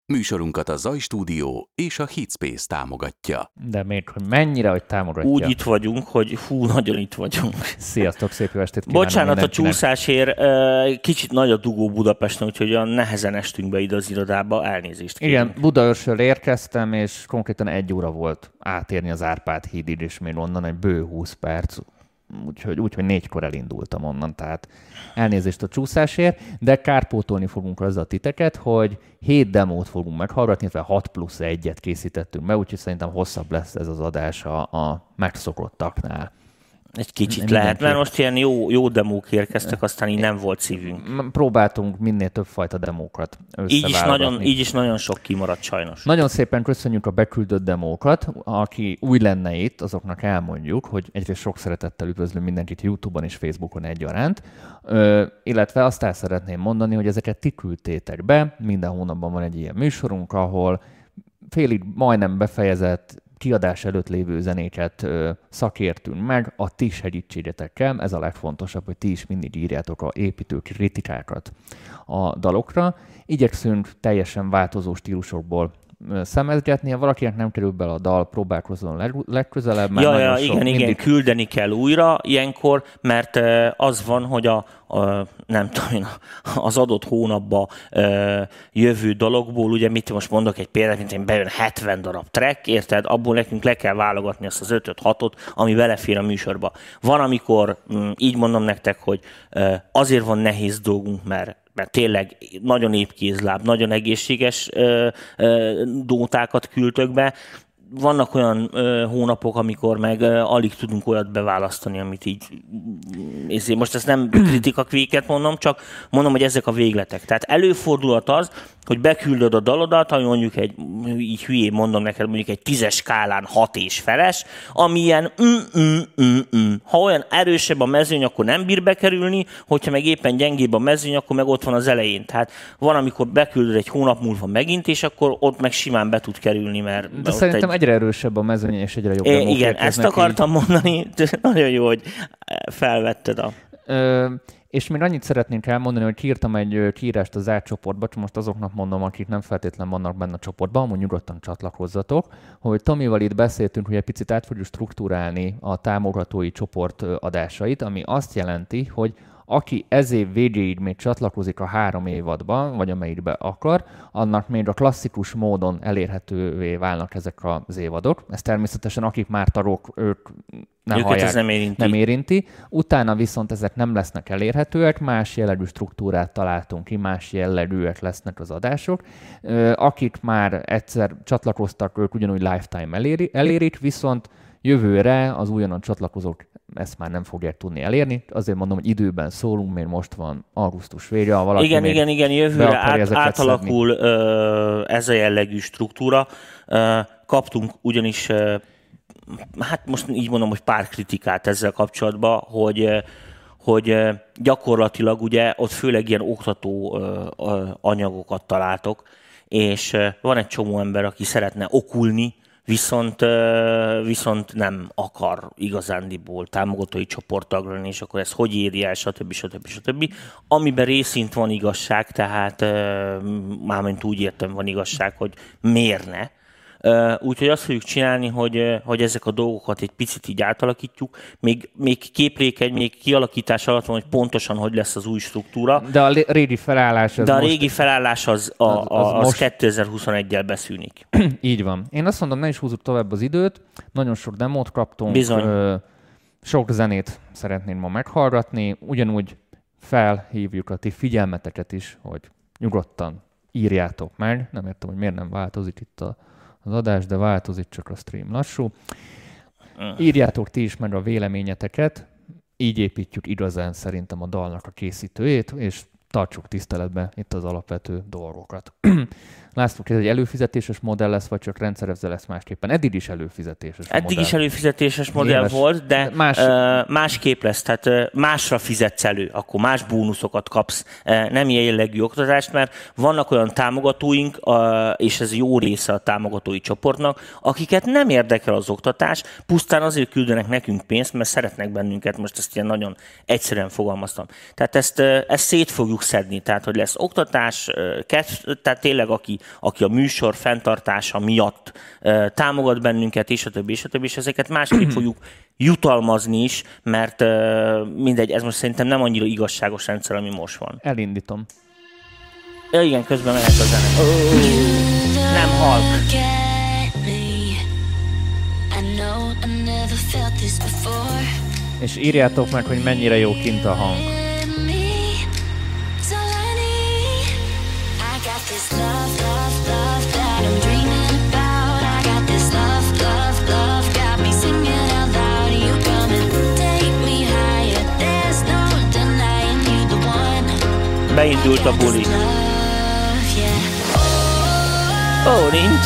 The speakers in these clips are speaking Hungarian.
Műsorunkat a Zaj Stúdió és a Hitspace támogatja. De még hogy mennyire, hogy támogatja. Úgy itt vagyunk, hogy nagyon itt vagyunk. Sziasztok, szép jó estét kívánok. Bocsánat a csúszásért, kicsit nagy a dugó Budapesten, úgyhogy olyan nehezen estünk be ide az irodába, elnézést kérünk. Igen, Budaörsről érkeztem, és konkrétan 1 óra volt átérni az Árpád hídig, és még onnan egy bő 20 perc. Úgyhogy 4-kor elindultam onnan, tehát elnézést a csúszásért, de kárpótolni fogunk azzal titeket, hogy 7 demót fogunk meghallgatni, illetve 6+1-et készítettünk be, úgyhogy szerintem hosszabb lesz ez az adás a megszokottaknál. Egy kicsit lehet, mert most ilyen jó demók érkeztek, aztán így nem volt szívünk. Próbáltunk minél több fajta demókat összeválogatni. Így is nagyon sok kimaradt sajnos. Nagyon szépen köszönjük a beküldött demókat. Aki új lenne itt, azoknak elmondjuk, hogy egyrészt sok szeretettel üdvözlünk mindenkit YouTube-on és Facebookon egyaránt, illetve azt el szeretném mondani, hogy ezeket ti küldtétek be. Minden hónapban van egy ilyen műsorunk, ahol félig majdnem befejezett kiadás előtt lévő zenéket szakértünk meg a ti segítségetekkel. Ez a legfontosabb, hogy ti is mindig írjátok a építő kritikákat a dalokra. Igyekszünk teljesen változó stílusokból szemezgetni. Ha valakinek nem kerül bele a dal, próbálkozzon legközelebb. Igen, küldeni kell újra ilyenkor, mert az van, hogy nem tudom, az adott hónapban jövő dologból, ugye mit most mondok egy példát, mint én bejön 70 darab track, érted? Abból nekünk le kell válogatni azt az 5-6-ot, ami belefér a műsorba. Van, amikor így mondom nektek, hogy azért van nehéz dolgunk, mert tényleg nagyon épkézláb, nagyon egészséges dótákat küldtök be. Vannak olyan hónapok, amikor meg alig tudunk olyat beválasztani, amit így... Most ezt nem kritikakvéket mondom, csak mondom, hogy ezek a végletek. Tehát előfordulhat az, hogy beküldöd a dalodat, ami mondjuk így hülyén mondom neked, mondjuk egy 10-es skálán 6 és feles, ami ilyen Ha olyan erősebb a mezőny, akkor nem bír bekerülni, hogyha meg éppen gyengébb a mezőny, akkor meg ott van az elején. Tehát van, amikor beküldöd egy hónap múlva megint, és akkor ott meg simán be tud kerülni, mert... De szerintem egyre erősebb a mezőny, és egyre jobb demók igen, ezt akartam mondani, nagyon jó, hogy felvetted és még annyit szeretnénk elmondani, hogy kiírtam egy kiírást az átcsoportba, most azoknak mondom, akik nem feltétlenül vannak benne a csoportban, amúgy nyugodtan csatlakozzatok, hogy Tomival itt beszéltünk, hogy egy picit át fogjuk struktúrálni a támogatói csoport adásait, ami azt jelenti, hogy aki ez év végéig még csatlakozik a 3 évadban, vagy amelyikbe akar, annak még a klasszikus módon elérhetővé válnak ezek az évadok. Ez természetesen akik már tagok, ők nem hallják, nem érinti. Utána viszont ezek nem lesznek elérhetőek, más jellegű struktúrát találtunk ki, más jellegűek lesznek az adások. Akik már egyszer csatlakoztak, ők ugyanúgy lifetime elérik, viszont jövőre az újonnan csatlakozók ezt már nem fogják tudni elérni. Azért mondom, hogy időben szólunk, mert most van augusztus vége. Ha valaki igen, jövőre átalakul ez a jellegű struktúra. Kaptunk ugyanis, hát most így mondom, hogy pár kritikát ezzel kapcsolatban, hogy gyakorlatilag ugye ott főleg ilyen oktató anyagokat találtok, és van egy csomó ember, aki szeretne okulni, viszont nem akar igazándiból támogatói csoporttag lenni, és akkor ez hogy éri el, stb. Amiben részint van igazság, tehát mármint úgy értem van igazság, hogy miért ne. Úgyhogy azt fogjuk csinálni, hogy ezek a dolgokat egy picit így átalakítjuk. Még képlékeny, még kialakítás alatt van, hogy pontosan hogy lesz az új struktúra. De a régi felállás az most 2021-el beszűnik. Így van. Én azt mondom, ne is húzzuk tovább az időt. Nagyon sok demót kaptunk. Bizony. Sok zenét szeretnénk ma meghallgatni. Ugyanúgy felhívjuk a ti figyelmeteket is, hogy nyugodtan írjátok meg. Nem értem, hogy miért nem változik itt az adás, de változik, csak a stream lassú. Írjátok ti is meg a véleményeteket, így építjük igazán szerintem a dalnak a készítőjét, és tartsuk tiszteletben itt az alapvető dolgokat. Látszuk, ez egy előfizetéses modell lesz, vagy csak rendszerezve lesz másképpen. Eddig is előfizetéses modell volt, de másképp lesz, tehát másra fizetsz elő, akkor más bónuszokat kapsz, nem ilyen jellegű oktatást, mert vannak olyan támogatóink, és ez jó része a támogatói csoportnak, akiket nem érdekel az oktatás, pusztán azért küldenek nekünk pénzt, mert szeretnek bennünket, most ezt ilyen nagyon egyszerűen fogalmaztam. Tehát ezt szét fogjuk szedni, tehát hogy lesz oktatás, tehát tényleg aki aki a műsor fenntartása miatt támogat bennünket, és a többi, és ezeket másképp fogjuk jutalmazni is, mert mindegy, ez most szerintem nem annyira igazságos rendszer, ami most van. Elindítom. Ja, igen, közben mehet a zene. Nem halk. És írjátok meg, hogy mennyire jó kint a hang. Beindult a buli. Ó, nincs.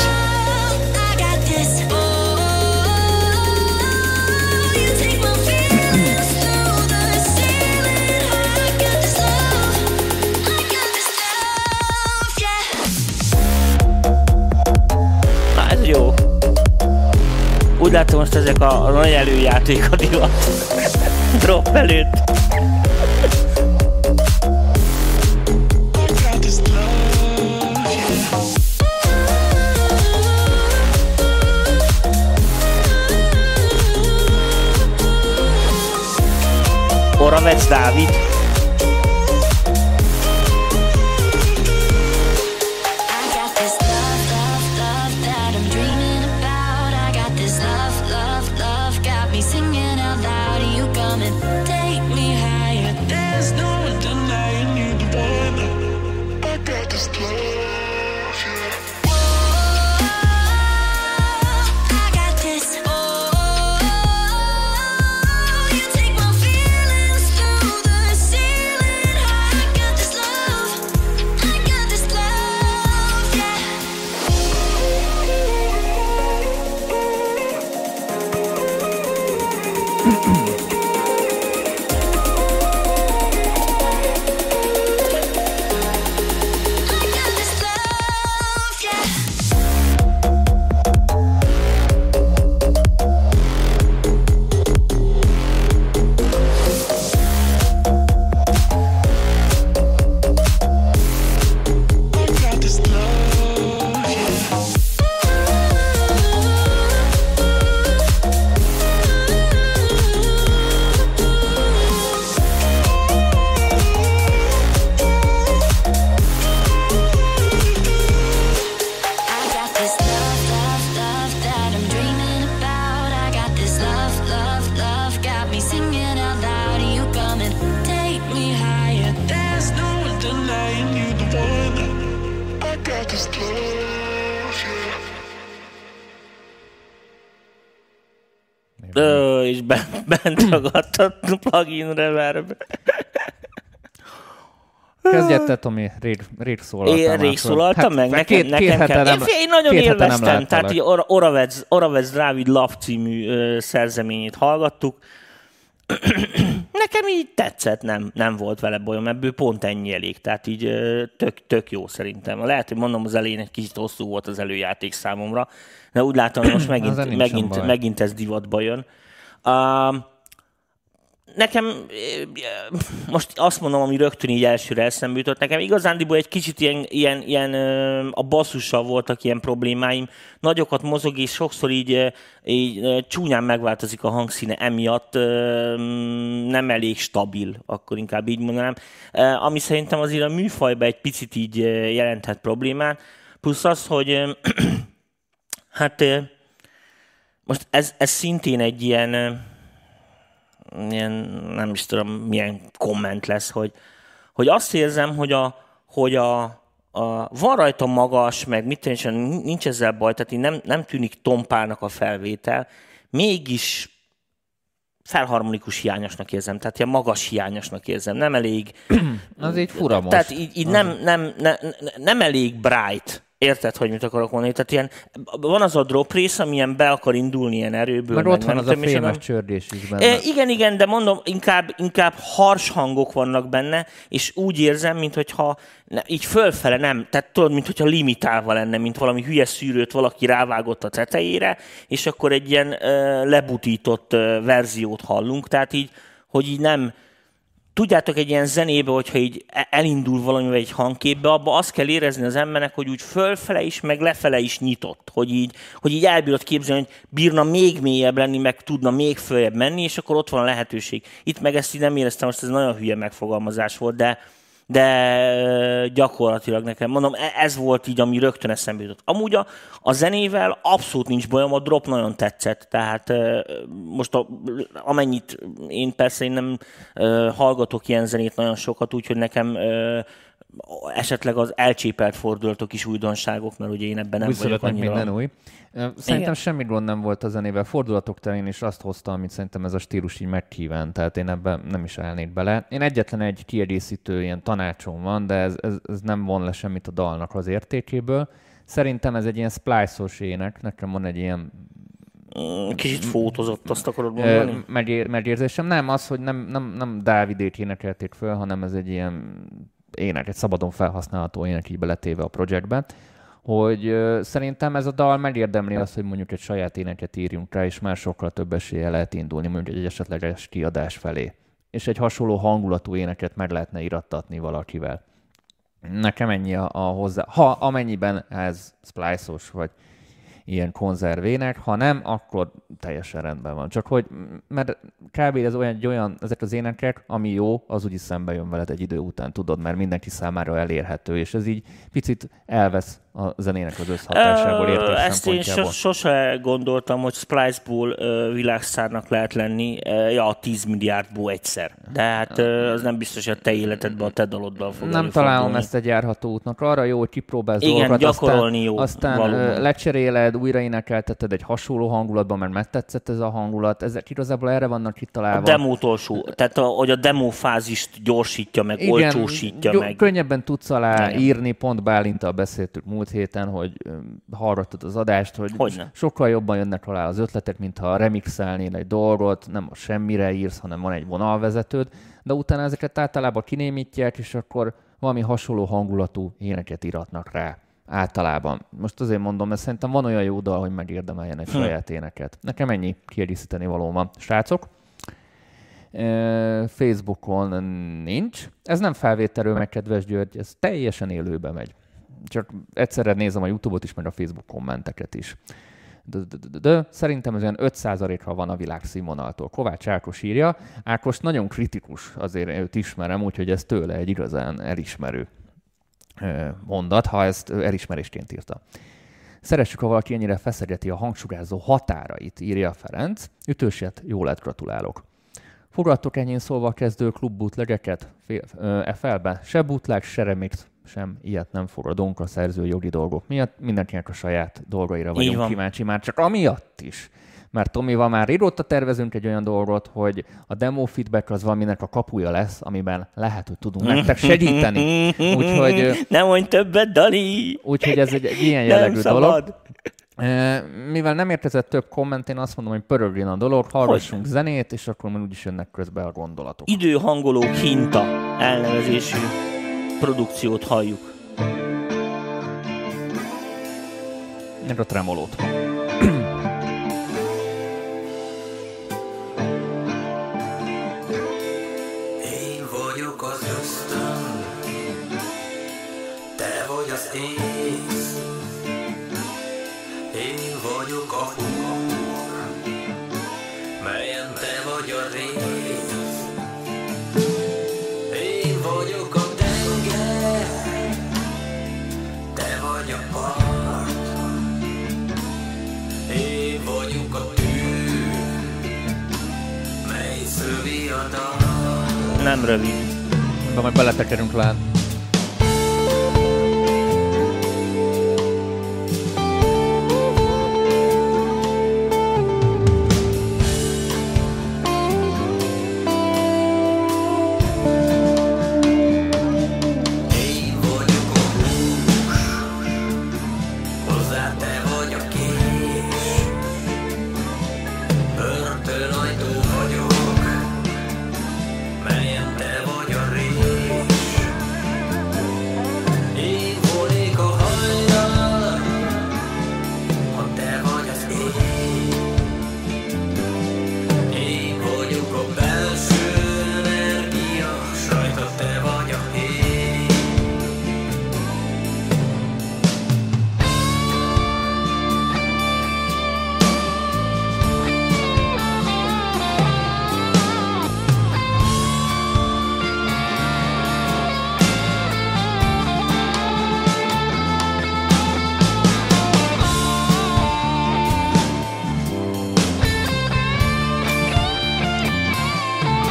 Na, ez jó. Úgy látom, most ezek a nagy előjáték a divat. Drop előtt. Oravec Dávid. És bent ragadt a plugin reverb. Kezdjed te, Tomi, rég szólaltam. Én rég szólaltam meg? Nekem kell. Én nagyon élveztem, tehát így Oravec Dávid Love című szerzeményét hallgattuk. Nekem így tetszett, nem volt vele bajom, ebből pont ennyi elég, tehát így tök jó szerintem. Lehet, hogy mondom, az elején egy kicsit hosszú volt az előjáték számomra, de úgy látom, hogy most megint ez divatba jön. Nekem most azt mondom, ami rögtön így elsőre eszembe jutott, nekem igazándiból egy kicsit ilyen a basszussal voltak ilyen problémáim, nagyokat mozog, és sokszor így csúnyán megváltozik a hangszíne emiatt, nem elég stabil, akkor inkább így mondanám, ami szerintem azért a műfajban egy picit így jelenthet problémát, plusz az, hogy hát most ez szintén egy ilyen, nem is tudom, milyen komment lesz, hogy azt érzem, hogy van rajta magas, meg mit tenni, nincs ezzel baj, tehát így nem tűnik tompának a felvétel, mégis felharmonikus hiányosnak érzem, tehát ilyen magas hiányosnak érzem, nem elég... Az így fura most. Tehát így nem elég bright. Érted, hogy mit akarok mondani? Tehát ilyen, van az a drop rész, amilyen be akar indulni ilyen erőből. Meg ott van az a fémes csördés is benne. Igen, de mondom, inkább hars hangok vannak benne, és úgy érzem, mintha így fölfele nem, tehát tudod, mintha limitálva lenne, mint valami hülye szűrőt valaki rávágott a tetejére, és akkor egy ilyen lebutított verziót hallunk, tehát így, hogy így tudjátok, egy ilyen zenébe, hogyha így elindul valamivel egy hangképbe, abba azt kell érezni az embernek, hogy úgy fölfele is, meg lefele is nyitott. Hogy így elbírod képzelni, hogy bírna még mélyebb lenni, meg tudna még följebb menni, és akkor ott van a lehetőség. Itt meg ezt így nem éreztem, most ez nagyon hülye megfogalmazás volt, de gyakorlatilag nekem, mondom, ez volt így, ami rögtön eszembe jutott. Amúgy a zenével abszolút nincs bajom, a drop nagyon tetszett, tehát most amennyit én nem hallgatok ilyen zenét nagyon sokat, úgyhogy nekem esetleg az elcsépelt fordulatok is újdonságok, mert ugye én ebben nem vagyok annyira. Minden új. Szerintem semmi gond nem volt a zenével. Fordulatok terén is azt hozta, amit szerintem ez a stílus így megkíván, tehát én ebben nem is állnék bele. Én egyetlen egy kiegészítő ilyen tanácsom van, de ez nem von le semmit a dalnak az értékéből. Szerintem ez egy ilyen splice-os ének, nekem van egy ilyen kicsit fótozott, azt akarod mondani? Megérzésem. Nem az, hogy nem Dávidét énekelték föl, hanem ez egy ilyen ének, egy szabadon felhasználható ének így beletéve a projektbe, hogy szerintem ez a dal megérdemli azt, hogy mondjuk egy saját éneket írjunk rá, és már sokkal több esélye lehet indulni, mondjuk egy esetleges kiadás felé. És egy hasonló hangulatú éneket meg lehetne irattatni valakivel. Nekem ennyi a hozzá. Ha amennyiben ez splice-os, vagy ilyen konzervének, ha nem, akkor teljesen rendben van. Csak hogy, mert kb. Ez olyan, ezek az énekek, ami jó, az úgyis szembe jön veled egy idő után, tudod, mert mindenki számára elérhető, és ez így picit elvesz a zenének az összhatásából, értés ezt szempontjából. Ezt én sose gondoltam, hogy Splice-ból világsztárnak lehet lenni, a 10 milliárdból egyszer. De hát az nem biztos, hogy a te életedben, a te daloddal fog Nem találom ezt egy járható útnak. Arra jó, hogy kipróbálsz dolgokat, gyakorolni aztán lecseréled, újraénekelteted egy hasonló hangulatban, mert megtetszett ez a hangulat. Ezek igazából erre vannak kitalálva. A demótól tehát hogy a demófázist gyorsítja meg, olcsósítja meg. Könnyebben tudsz alá írni, pont Bálinttal beszéltük múlt héten, hogy hallgattad az adást, hogy sokkal jobban jönnek alá az ötletek, mintha remixelnél egy dolgot, nem a semmire írsz, hanem van egy vonalvezetőd, de utána ezeket általában kinémítják, és akkor valami hasonló hangulatú éneket íratnak rá. Általában. Most azért mondom, mert szerintem van olyan jó dal, hogy megérdemeljen egy saját éneket. Nekem ennyi kiegészíteni való van. Srácok, Facebookon nincs. Ez nem felvételről meg, kedves György, ez teljesen élőbe megy. Csak egyszerre nézem a YouTube-ot is, meg a Facebook kommenteket is. De szerintem ez olyan 5%-ra van a világszínvonaltól. Kovács Ákos írja. Ákos nagyon kritikus, azért őt ismerem, úgyhogy ez tőle egy igazán elismerő mondat, ha ezt elismerésként írta. Szeressük, ha valaki ennyire feszegeti a hangsugázó határait, írja Ferenc. Ütőset, jól lett, gratulálok. Fogadtok ennyien szólva a kezdő klub bootlegeket FL-be? Se bootleg, se remix, sem ilyet nem fogadunk a szerző jogi dolgok miatt. Mindenkinek a saját dolgaira vagyunk kíváncsi, már csak amiatt is. Mert Tomival már régóta tervezünk egy olyan dolgot, hogy a demo feedback az valaminek a kapuja lesz, amiben lehet, hogy tudunk nektek segíteni. Úgyhogy, nem mondj többet, Dani! Úgyhogy ez egy ilyen jellegű dolog. Mivel nem érkezett több komment, én azt mondom, hogy pörögjön a dolog, hallgassunk zenét, és akkor már úgyis jönnek közbe a gondolatok. Időhangoló hinta elnevezésű produkciót halljuk. Meg a tremolót. Én vagyok az ösztön, te vagy az ész. Én vagyok a húr, melyen te vagy a rész. Én vagyok a tenger, te vagy a part. Én vagyok a tű, mely szövi a dal. Nem rövid. De majd beletekerünk le.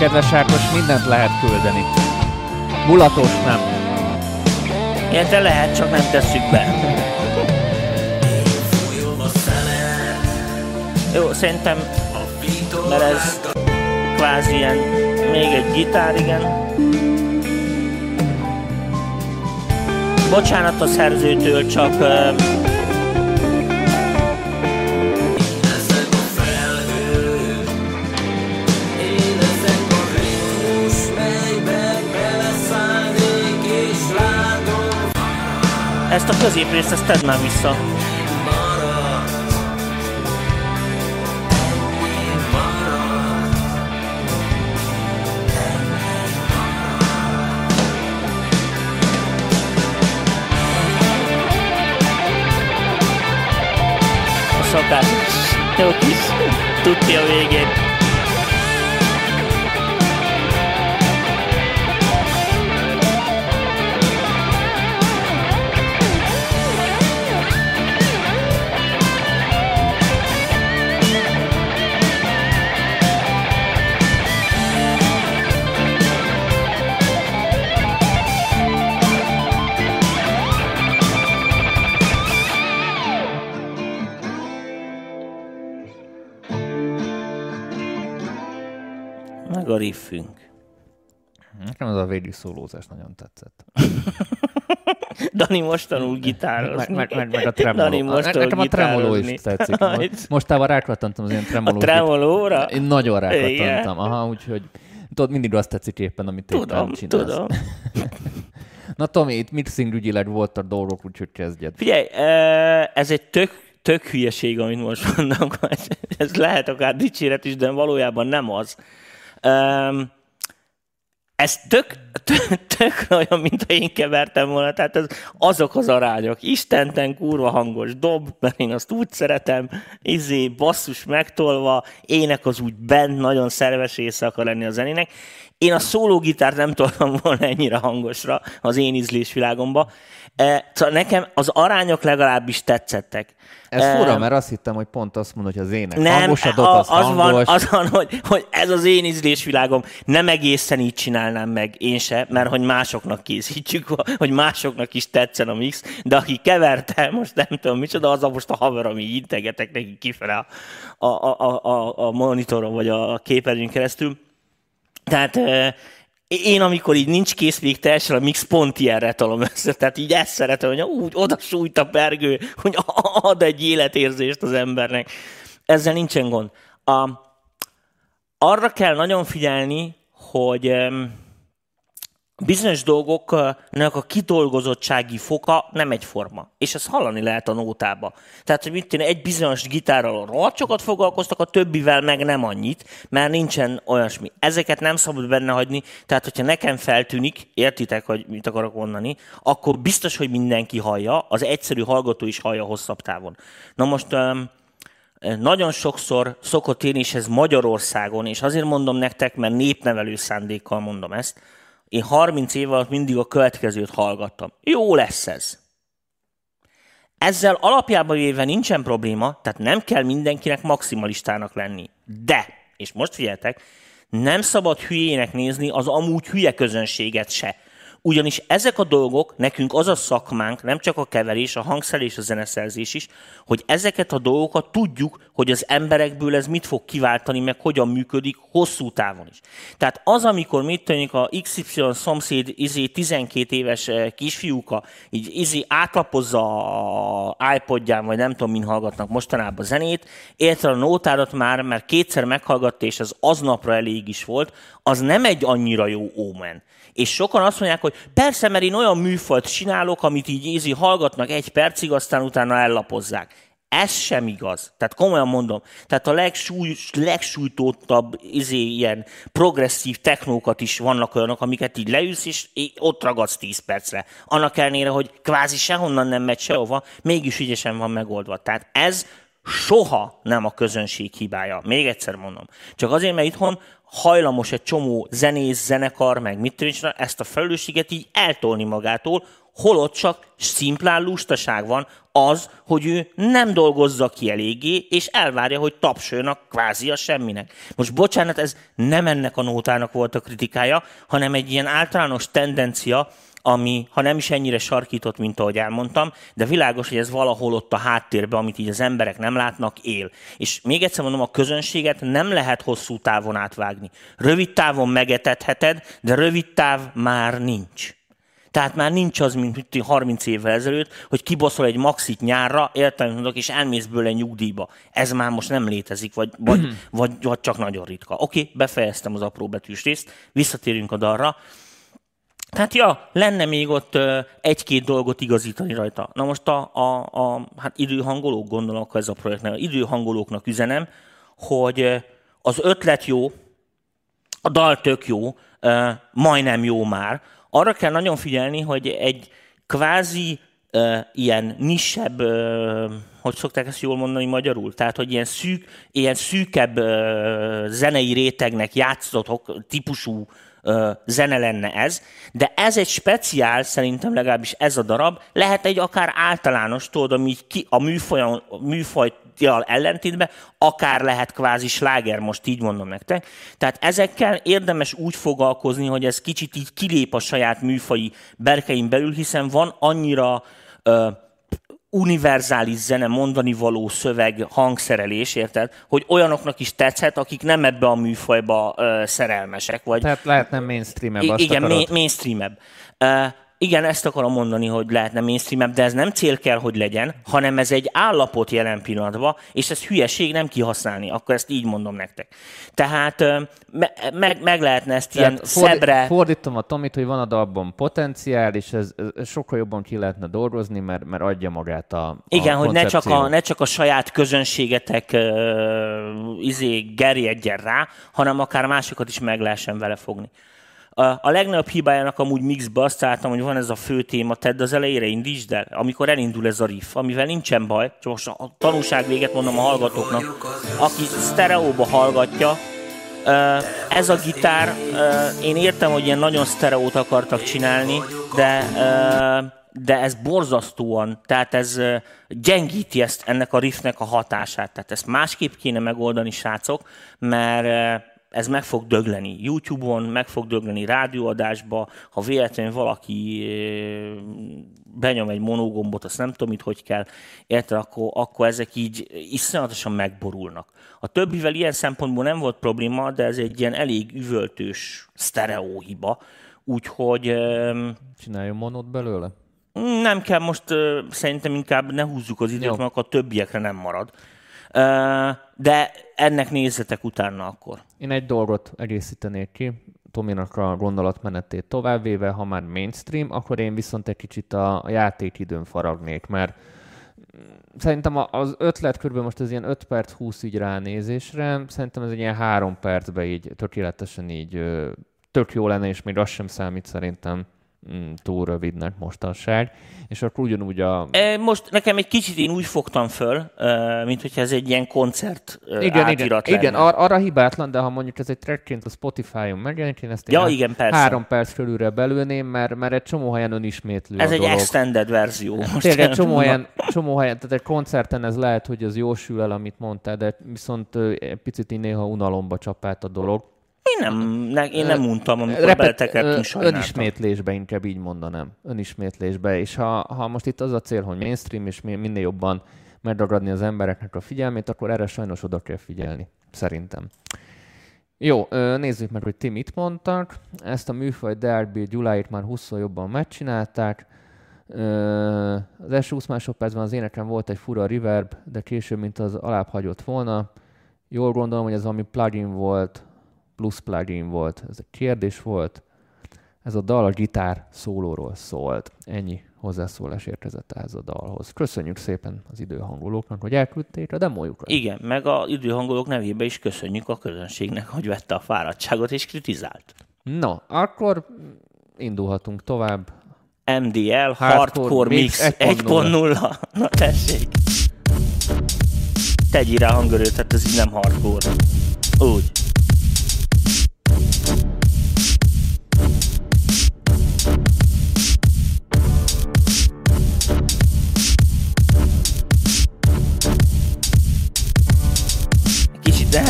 kedves Ákos, mindent lehet küldeni. Mulatos nem. Illetve lehet, csak nem tesszük be. Fújom a szelet, Jó, szerintem, a vitorlát, mert ez kvázi ilyen, még egy gitár, igen. Bocsánat a szerzőtől, csak leszek a felhő, én leszek a ritmus, melyben beleszállnék és látom, ezt a középrészt, ezt tedd már vissza. maradt, ennyi maradt. A szakát. Jó kis tuti a végén. Meg a riffünk. Nekem az a végig szólózás nagyon tetszett. Dani most tanul gitározni. Meg a tremoló. Dani most tanul Nekem a tremoló is gitározni. tetszik. Mostában rákattantam az ilyen A tremolót. tremolóra? Én nagyon Igen. rákattantam. Aha, úgyhogy tudod, mindig azt tetszik éppen, amit éppen csinálsz. Tudom. Na Tomi, itt mixing ügyileg voltak dolgok, úgyhogy kezdjed. Figyelj, ez egy tök hülyeség, amit most mondok. Ez lehet akár dicséret is, de valójában nem az. Ez tök olyan, mint ha én kevertem volna. Tehát azok az arányok. Istenten kurva hangos dob, mert én azt úgy szeretem, basszus megtolva, ének az úgy bent, nagyon szerves része akar lenni a zenének. Én a szólógitárt nem toltam volna ennyire hangosra az én ízlésvilágomba. Szóval nekem az arányok legalábbis tetszettek. Ez fura, mert azt hittem, hogy pont azt mondod, hogy az ének Nem, hangos, a dob az hangos. Az van, hogy ez az én ízlésvilágom. Nem egészen így csinálnám meg én se, mert hogy másoknak készítjük, hogy másoknak is tetszen a mix, de aki keverte, most nem tudom micsoda, az a most a haver, ami integetek neki kifele a monitoron vagy a képernyőn keresztül. Tehát én, amikor így nincs kész még teljesen, a mix pont ilyenre tolom össze. Tehát így ezt szeretem, hogy úgy oda sújt a pergő, hogy ad egy életérzést az embernek. Ezzel nincsen gond. Arra kell nagyon figyelni, hogy bizonyos dolgoknak a kidolgozottsági foka nem egyforma. És ezt hallani lehet a nótába. Tehát, hogy egy bizonyos gitárral rohadt sokat foglalkoztak, a többivel meg nem annyit, mert nincsen olyasmi. Ezeket nem szabad benne hagyni. Tehát, hogyha nekem feltűnik, értitek, hogy mit akarok mondani, akkor biztos, hogy mindenki hallja, az egyszerű hallgató is hallja hosszabb távon. Na most nagyon sokszor szokott én is ez Magyarországon, és azért mondom nektek, mert népnevelő szándékkal mondom ezt, én 30 év alatt mindig a következőt hallgattam. Jó lesz ez. Ezzel alapjában véve nincsen probléma, tehát nem kell mindenkinek maximalistának lenni. De, és most figyeljetek, nem szabad hülyének nézni az amúgy hülye közönséget se. Ugyanis ezek a dolgok, nekünk az a szakmánk, nem csak a keverés, a hangszerelés, a zeneszerzés is, hogy ezeket a dolgokat tudjuk, hogy az emberekből ez mit fog kiváltani, meg hogyan működik hosszú távon is. Tehát az, amikor mit tűnik a XY szomszéd 12 éves kisfiúka, így átlapozza a iPodján, vagy nem tudom, min hallgatnak mostanában zenét, érte a nótárat már, mert kétszer meghallgatta, és az aznapra elég is volt, az nem egy annyira jó ómen. És sokan azt mondják, hogy persze, mert én olyan műfajt csinálok, amit így hallgatnak egy percig, aztán utána ellapozzák. Ez sem igaz. Tehát komolyan mondom. Tehát a legsújtóttabb ilyen progresszív technókat is vannak olyanok, amiket így leülsz, és ott ragadsz 10 percre. Annak ellenére, hogy kvázi sehonnan nem megy sehova, mégis ügyesen van megoldva. Tehát ez soha nem a közönség hibája. Még egyszer mondom. Csak azért, mert itthon hajlamos egy csomó zenész, zenekar, meg mit tudom, ezt a felelősséget így eltolni magától, holott csak szimplán lustaság van az, hogy ő nem dolgozza ki eléggé, és elvárja, hogy tapsoljanak kvázi a semminek. Most bocsánat, ez nem ennek a nótának volt a kritikája, hanem egy ilyen általános tendencia, ami, ha nem is ennyire sarkított, mint ahogy elmondtam, de világos, hogy ez valahol ott a háttérben, amit így az emberek nem látnak, él. És még egyszer mondom, a közönséget nem lehet hosszú távon átvágni. Rövid távon megetetheted, de rövid táv már nincs. Tehát már nincs az, mint 30 évvel ezelőtt, hogy kibaszol egy maxit nyárra, értelmet mondok, és elmész bőle nyugdíjba. Ez már most nem létezik, vagy csak nagyon ritka. Oké, befejeztem az apróbetűs részt, visszatérünk a dalra. Tehát ja, lenne még ott egy-két dolgot igazítani rajta. Na most hát időhangolók, gondolom, akkor ez a projektnek, időhangolóknak üzenem, hogy az ötlet jó, a dal tök jó, majdnem jó már. Arra kell nagyon figyelni, hogy egy kvázi ilyen nisebb, hogy szokták ezt jól mondani magyarul? Tehát, hogy ilyen szűkebb zenei rétegnek játszott típusú zene lenne ez, de ez egy speciál, szerintem legalábbis ez a darab, lehet egy akár általános, tudod, ami a műfajjal ellentétben, akár lehet kvázi sláger, most így mondom nektek. Tehát ezekkel érdemes úgy foglalkozni, hogy ez kicsit így kilép a saját műfaji berkein belül, hiszen van annyira univerzális zene, mondani való szöveg, hangszerelés, érted? Hogy olyanoknak is tetszhet, akik nem ebbe a műfajba szerelmesek. Vagy... Tehát lehetne mainstream-ebb, azt igen, akarod? mainstream-ebb. Igen, ezt akarom mondani, hogy lehetne mainstream-ebb, de ez nem cél kell, hogy legyen, hanem ez egy állapot jelen pillanatban, és ez hülyeség nem kihasználni. Akkor ezt így mondom nektek. Tehát meg lehetne ezt ilyen szebbre... Fordítom a Tomit, hogy van a dalban potenciál, és ez sokkal jobban ki lehetne dolgozni, mert adja magát a igen, hogy koncepció. ne csak a saját közönségetek gerjedjen rá, hanem akár másokat is meg lehessen vele fogni. A legnagyobb hibájának amúgy mixbe azt találtam, hogy van ez a fő téma, tedd az elejére, indítsd el, amikor elindul ez a riff, amivel nincsen baj, csak most a tanulság véget mondom a hallgatóknak, aki sztereóba hallgatja, ez a gitár, én értem, hogy ilyen nagyon sztereót akartak csinálni, de ez borzasztóan, tehát ez gyengíti ennek a riffnek a hatását, tehát ezt másképp kéne megoldani, srácok, mert ez meg fog dögleni YouTube-on, meg fog dögleni rádióadásba, ha véletlenül valaki benyom egy monógombot, azt nem tudom itt, hogy kell, érted, akkor ezek így iszonyatosan megborulnak. A többivel ilyen szempontból nem volt probléma, de ez egy ilyen elég üvöltős sztereóhiba, úgyhogy... Csináljon monót belőle? Nem kell, most szerintem inkább ne húzzuk az időt, mert a többiekre nem marad. De ennek nézzetek utána akkor. Én egy dolgot egészítenék ki, Tominak a gondolatmenetét továbbvéve, ha már mainstream, akkor én viszont egy kicsit a játékidőn faragnék, mert szerintem az ötlet körülbelül most ez ilyen 5 perc 20 így ránézésre, szerintem ez egy ilyen 3 percben így tökéletesen így tök jó lenne, és még az sem számít szerintem túl rövidnek mostanság, és akkor ugyanúgy most nekem egy kicsit én úgy fogtam föl, mint hogyha ez egy ilyen koncert átirat lenne. Igen, arra hibátlan, de ha mondjuk ez egy trackként a Spotify-on megjelenik, én ezt igen, 3 perc fölülre belülném, mert egy csomó helyen önismétlő ez a dolog. Ez egy extended verzió. Tényleg egy csomó helyen, tehát egy koncerten ez lehet, hogy az jól sül el, amit mondtál, de viszont egy picit így néha unalomba csapált a dolog. Én nem mondtam, amikor beletekertünk, sajnáltam. Önismétlésbe inkább így mondanám. Önismétlésbe. És ha most itt az a cél, hogy mainstream, és minél jobban megragadni az embereknek a figyelmét, akkor erre sajnos oda kell figyelni. Szerintem. Jó, nézzük meg, hogy ti mit mondtak. Ezt a műfaj DRB Gyuláit már 20 jobban megcsinálták. Az első 20 másodpercben az éneken volt egy fura reverb, de később, mint az alább hagyott volna. Jól gondolom, hogy ez valami plugin volt, plusz plugin volt. Ez egy kérdés volt. Ez a dal a gitár szólóról szólt. Ennyi hozzászólás érkezett ehhez a dalhoz. Köszönjük szépen az időhangolóknak, hogy elküldték a demójukat. Igen, meg az időhangolók nevében is köszönjük a közönségnek, hogy vette a fáradtságot és kritizált. No, akkor indulhatunk tovább. MDL Hardcore Mix 1.0. Na tessék! Tegyél rá hangörőt, tehát ez így nem hardcore. Úgy.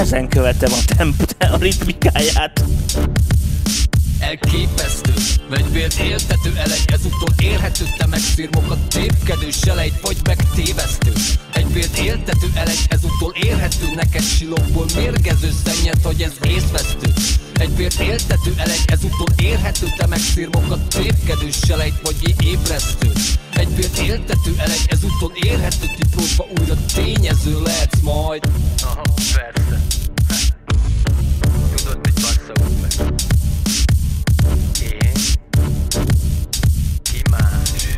nehezen követem a ritmikáját. Elképesztő, vegyvért éltető elegy, ezúttal érhető, te megszírmokat tépkedő, selejt vagy meg tévesztő. Egyvért éltető elegy, ezúttal érhető, neked silomból mérgező szennyed, hogy ez észvesztő. Egyvért éltető elegy, ezúttal érhető, te megszírmokat tépkedő, selejt vagy ébresztő. Egyvért éltető elegy, ezúttal érhető, tiprózva újra tényező lehetsz majd. Aha, persze. Tudod, mit bassza úgy meg. Ki más?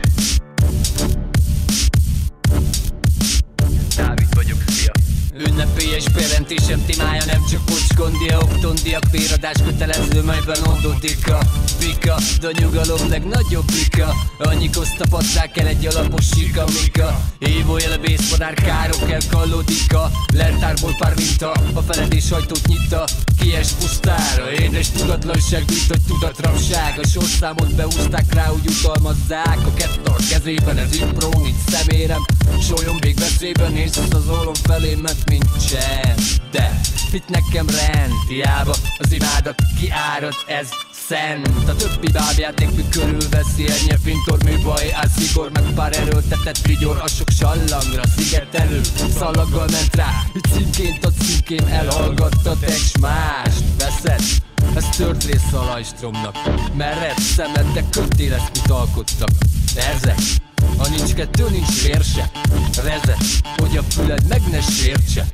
Dávid vagyok, szia! Ünnepélyes bejelentésem témája nem csak pocskondiak, tondiak, péradás kötelező, melyben oldódik a pika, de a nyugalom legnagyobb pika. Annyi kosztapasszák el egy alapos sikamika. Évójel a vészmadár, károk elkallódika. Leltárból pár minta, a feledés ajtót nyita. Kies pusztára, édes tudatlanság, mint hogy tudatrapság. A sorszámot beúzták rá, úgy utalmazzák. A kettar kezében ez impro, nincs szemérem. Sólyon még veszélyben néz az orrom felé, mert mint csend. De mit nekem rend, hiába az imádat kiárad, ez szent. A többi bábjáték mi körülveszi, ennyi fintor műbaj, szigor meg pár erőltetett vigyor, a sok sallangra szigetelő szalaggal ment rá. Így címként a címkén elhallgattatek s mást veszed. Ez tört része a lajstromnak, mered szemed, de kötél ezt mit alkottak. Ezek, ha nincs kettő, nincs vér se. Rezet, hogy a füled meg ne sértse.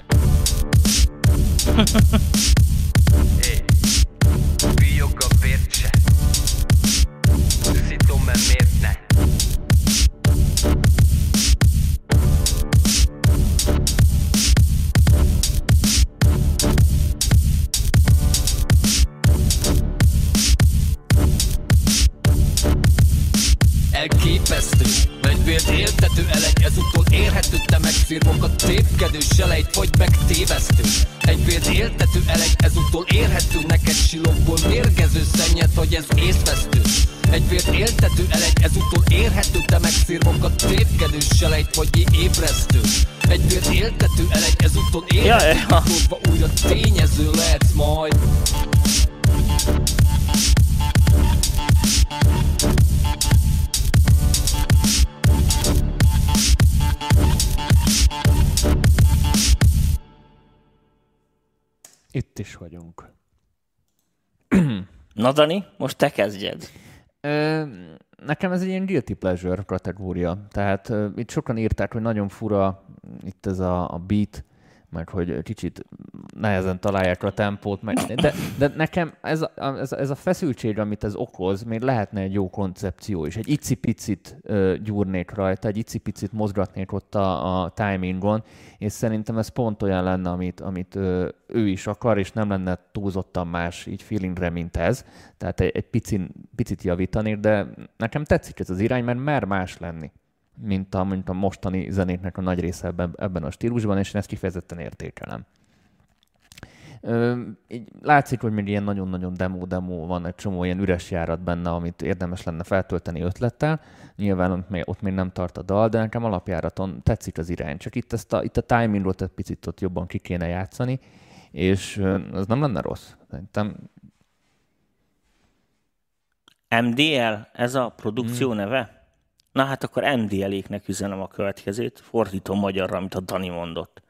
Hé, bíjog a vért se. Szítom, mert miért ne? Elképesztő, vegyvért éltető elegy, ezúttal érhető, te megszírmokat tépkedő, selejt vagy meg tévesztő. Egyvért éltető elegy, ezúttal érhető, neked silomból mérgező szennyed, hogy ez észvesztő. Egyvért éltető elegy, ezúttal érhető, te megszírmokat tépkedő, selejt vagy ébresztő. Egyvért éltető elegy, ezúttal érhető, utódva újra tényező lehetsz majd. Itt is vagyunk. Na Dani, most te kezdjed. Nekem ez egy ilyen guilty pleasure kategória. Tehát itt sokan írták, hogy nagyon fura itt ez a beat, mert hogy kicsit nehezen találják a tempót, de nekem ez a feszültség, amit ez okoz, még lehetne egy jó koncepció is. Egy icipicit gyúrnék rajta, egy icipicit mozgatnék ott a timingon, és szerintem ez pont olyan lenne, amit ő is akar, és nem lenne túlzottan más így feelingre, mint ez. Tehát egy picit javítanék, de nekem tetszik ez az irány, mert mer más lenni, mint a mostani zenéknek a nagy része ebben a stílusban, és én ezt kifejezetten értékelem. Így látszik, hogy még ilyen nagyon-nagyon demo van, egy csomó ilyen üres járat benne, amit érdemes lenne feltölteni ötlettel. Nyilván ott még nem tart a dal, de nekem alapjáraton tetszik az irány. Csak itt a timingot egy picit ott jobban ki kéne játszani, és az nem lenne rossz. Szerintem... MDL, ez a produkció neve? Na hát akkor MDL-éknek üzenem a következőt, fordítom magyarra, amit a Dani mondott.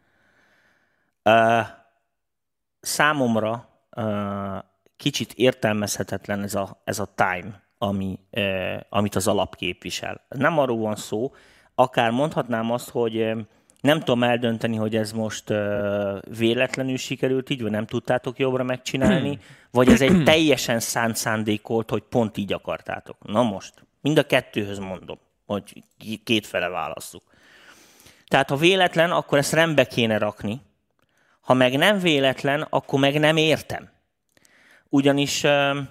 Számomra kicsit értelmezhetetlen ez a time, amit az alap képvisel. Nem arról van szó, akár mondhatnám azt, hogy nem tudom eldönteni, hogy ez most véletlenül sikerült így, vagy nem tudtátok jobbra megcsinálni, vagy ez egy teljesen szánt szándékolt, hogy pont így akartátok. Na most, mind a kettőhöz mondom, hogy kétfele válasszuk. Tehát ha véletlen, akkor ezt rendbe kéne rakni. Ha meg nem véletlen, akkor meg nem értem. Ugyanis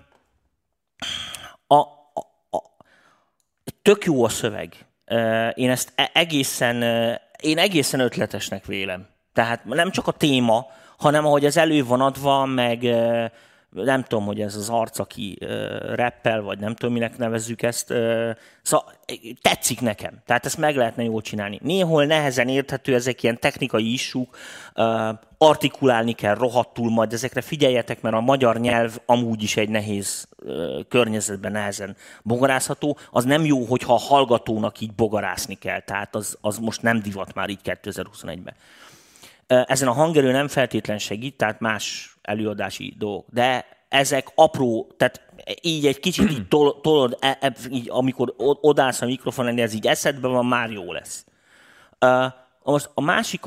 tök jó a szöveg. Én ezt egészen ötletesnek vélem. Tehát nem csak a téma, hanem ahogy ez elő van adva, meg nem tudom, hogy ez az arc, aki rappel, vagy nem tudom, minek nevezzük ezt. Szóval tetszik nekem. Tehát ezt meg lehetne jól csinálni. Néhol nehezen érthető, ezek ilyen technikai issúk, artikulálni kell rohadtul, majd ezekre figyeljetek, mert a magyar nyelv amúgy is egy nehéz környezetben nehezen bogarázható. Az nem jó, hogyha a hallgatónak így bogarászni kell. Tehát az most nem divat már így 2021-ben. Ezen a hangerő nem feltétlen segít, tehát más előadási dolgok. De ezek apró, tehát így egy kicsit így tolod, így, amikor odállsz a mikrofon elé, ez így eszedben van, már jó lesz. Most a másik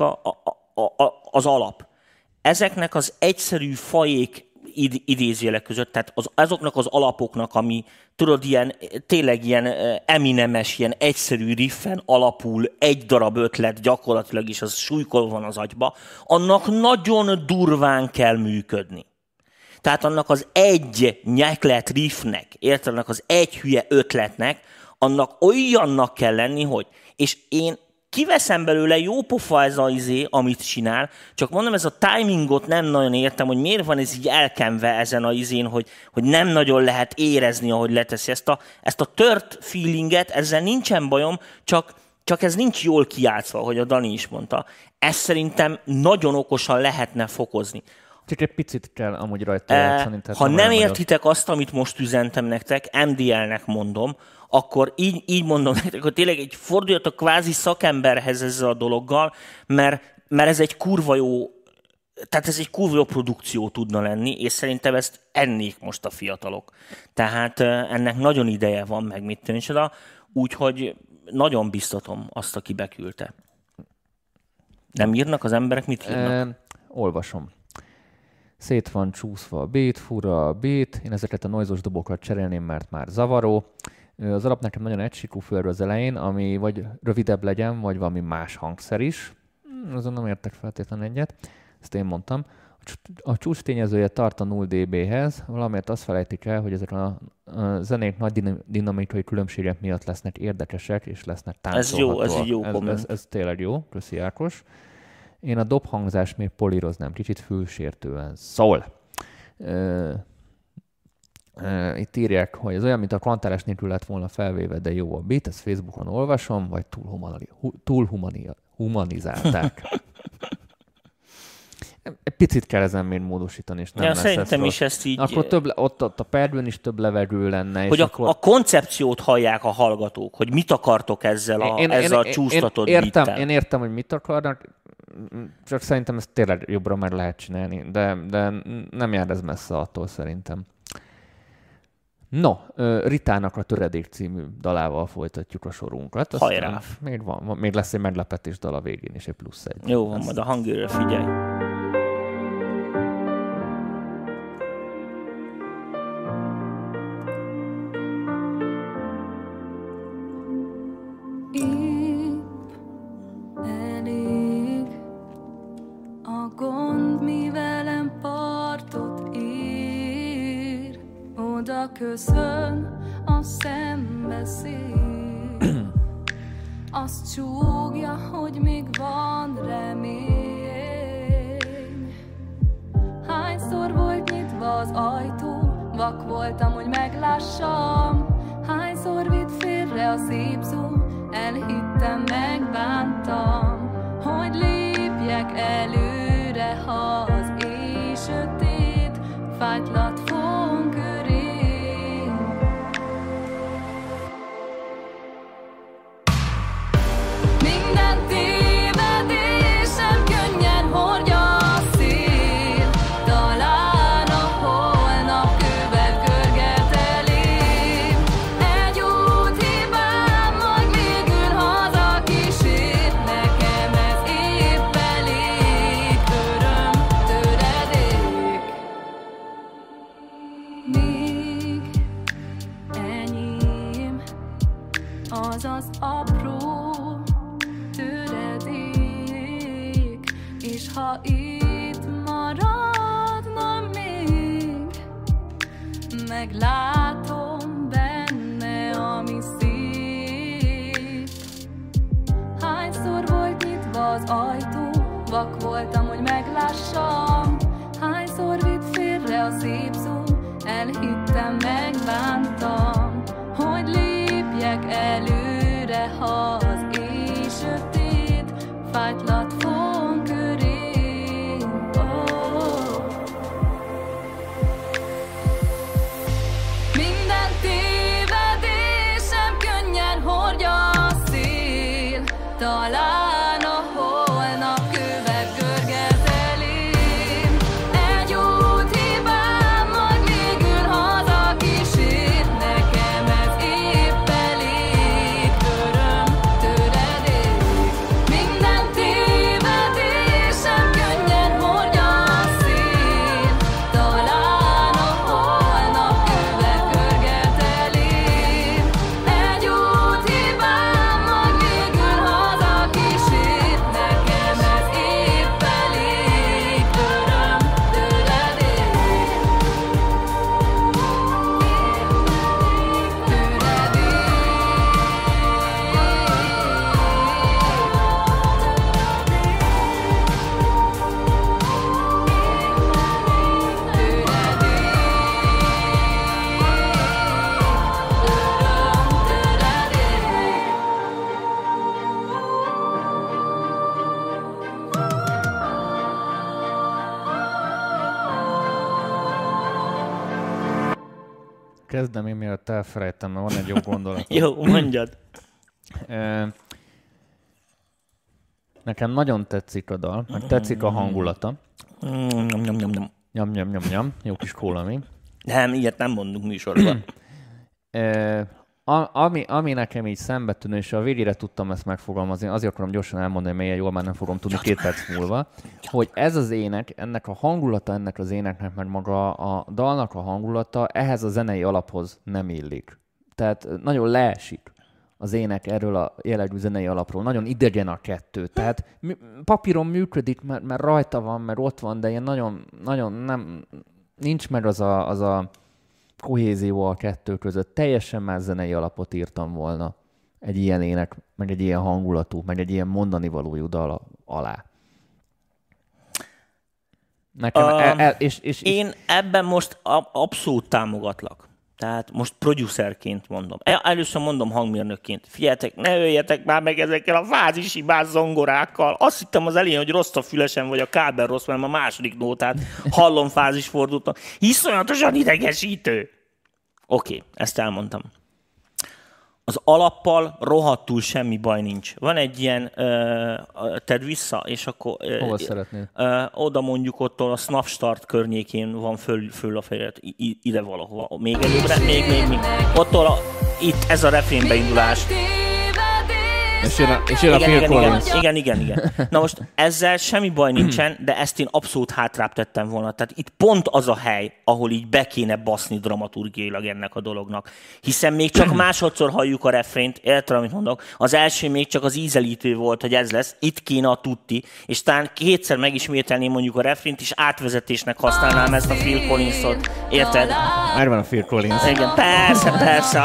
az alap. Ezeknek az egyszerű fajék idézőjelek között, tehát azoknak az alapoknak, ami tudod, tényleg ilyen Eminemes, ilyen egyszerű riffen alapul egy darab ötlet gyakorlatilag, és az súlykolva van az agyba, annak nagyon durván kell működni. Tehát annak az egy nyeklet riffnek, érted, annak az egy hülye ötletnek, annak olyannak kell lenni, hogy, és én kiveszem belőle, jó pofa ez az amit csinál, csak mondom, ez a timingot nem nagyon értem, hogy miért van ez így elkenve ezen a izén, hogy nem nagyon lehet érezni, ahogy leteszi. Ezt a tört feelinget, ezzel nincsen bajom, csak ez nincs jól kijátszva, ahogy a Dani is mondta. Ezt szerintem nagyon okosan lehetne fokozni. Csak egy picit kell amúgy rajta játszani. Ha nem értitek azt, amit most üzentem nektek, MDL-nek mondom, akkor így mondom nektek, hogy tényleg egy forduljatok kvázi szakemberhez ezzel a dologgal, mert ez egy kurva jó, tehát ez egy kurva jó produkció tudna lenni, és szerintem ezt ennék most a fiatalok. Tehát ennek nagyon ideje van, meg mit tűncsoda, úgyhogy nagyon biztatom azt, aki beküldte. Nem írnak az emberek, mit írnak? Olvasom. Szét van csúszva a beat, fura a beat, én ezeket a noizos dobokat cserélném, mert már zavaró. Az alap nekem nagyon egysíkú, főleg az elején, ami vagy rövidebb legyen, vagy valami más hangszer is. Azon nem értek feltétlenül egyet, ezt én mondtam. A csúcs tényezője tart a 0 dB-hez, valamiért azt felejtik el, hogy ezek a zenék nagy dinamikai különbségek miatt lesznek érdekesek, és lesznek táncolhatóak. Ez jó komment. Ez tényleg jó, köszi Ákos. Én a dobhangzást még políroznám, kicsit fülsértően szól. Itt írják, hogy ez olyan, mint a kvantálás nélkül lett volna felvéve, de jó a beat, ezt Facebookon olvasom, vagy túl humanizálták. Egy picit kell ezen még módosítani, és nem lesz szerintem is ezt így... Akkor ott a perben is több levegő lenne. Hogy és akkor... a koncepciót hallják a hallgatók, hogy mit akartok ezzel a csúsztatott beattel. Én értem, hogy mit akarnak, csak szerintem ezt tényleg jobbra már lehet csinálni, de nem jár ez messze attól szerintem. No, Ritának a Töredék című dalával folytatjuk a sorunkat. Hajrá! Még lesz egy meglepetés dal a végén, és egy plusz egy. Jó van, majd a hangőre figyelj. Köszön a szembeszél, azt csúgja, hogy még van remény. Hányszor volt nyitva az ajtó, vak voltam, hogy meglássam. Hányszor vitt félre a szép szó, elhittem, megbántam. Hogy lépjek előre, ha az éj sötét, fájtlat fon köré. Meglátom benne, ami szép. Hányszor volt nyitva az ajtó, vak voltam, hogy meglássam. Hányszor vitt félre a szép szó, hajtlat fón körén. Minden tévedésem könnyen hordja a szél, talán a holnap kövek görget elém. Egy úthibám majd végül haza kísér, nekem ez épp elég, öröm töredék. Minden tévedésem könnyen hordja a szél, talán a holnap kövek görget elém. Egy úthibám majd végül haza kísér, nekem ez épp elég, öröm töredék. Kezdem én, mielőtt elfelejtem, mert van egy jó gondolat. Jó, mondjad. Nekem nagyon tetszik a dal, meg tetszik a hangulata. Nyam. Jó kis kólami. Nem, ilyet nem mondunk műsorban. Ami nekem így szembetűnő, és a végére tudtam ezt megfogalmazni, azért akarom gyorsan elmondani, melyen jól már nem fogom tudni 2 perc múlva, hogy ez az ének, ennek a hangulata ennek az éneknek, meg maga a dalnak a hangulata ehhez a zenei alaphoz nem illik. Tehát nagyon leesik az ének erről a jellegű zenei alapról. Nagyon idegen a kettő. Tehát papíron működik, mert rajta van, mert ott van, de ilyen nagyon nem, nincs meg az a kohézió a kettő között. Teljesen más zenei alapot írtam volna egy ilyen ének, meg egy ilyen hangulatú, meg egy ilyen mondani valójú dal alá. Nekem Én ebben most abszolút támogatlak. Tehát most producerként mondom. Először mondom hangmérnökként. Figyeljetek, ne öljetek már meg ezekkel a fázishibás zongorákkal. Azt hittem az elején, hogy rossz a fülesem, vagy a kábel rossz, mert a második nótát hallom fázisfordultan. Iszonyatosan idegesítő. Oké, ezt elmondtam. Az alappal rohadtul semmi baj nincs. Van egy ilyen, tedd vissza, és akkor... Hova szeretnél? Oda mondjuk ottól a Snapstart környékén van föl a fejlet, ide valahova. Még előbbre, még. Ottól itt ez a refrénbeindulás. És jön a Phil Collins. Igen. Na most ezzel semmi baj nincsen, de ezt én abszolút hátrább tettem volna. Tehát itt pont az a hely, ahol így be kéne baszni dramaturgiailag ennek a dolognak. Hiszen még csak másodszor halljuk a refrént, érted, amit mondok, az első még csak az ízelítő volt, hogy ez lesz, itt kéne a tutti, és talán 2-szer megismételném mondjuk a refrént, és átvezetésnek használnám ezt a Phil Collins-ot. Érted? Már van a Phil Collins. Igen, persze,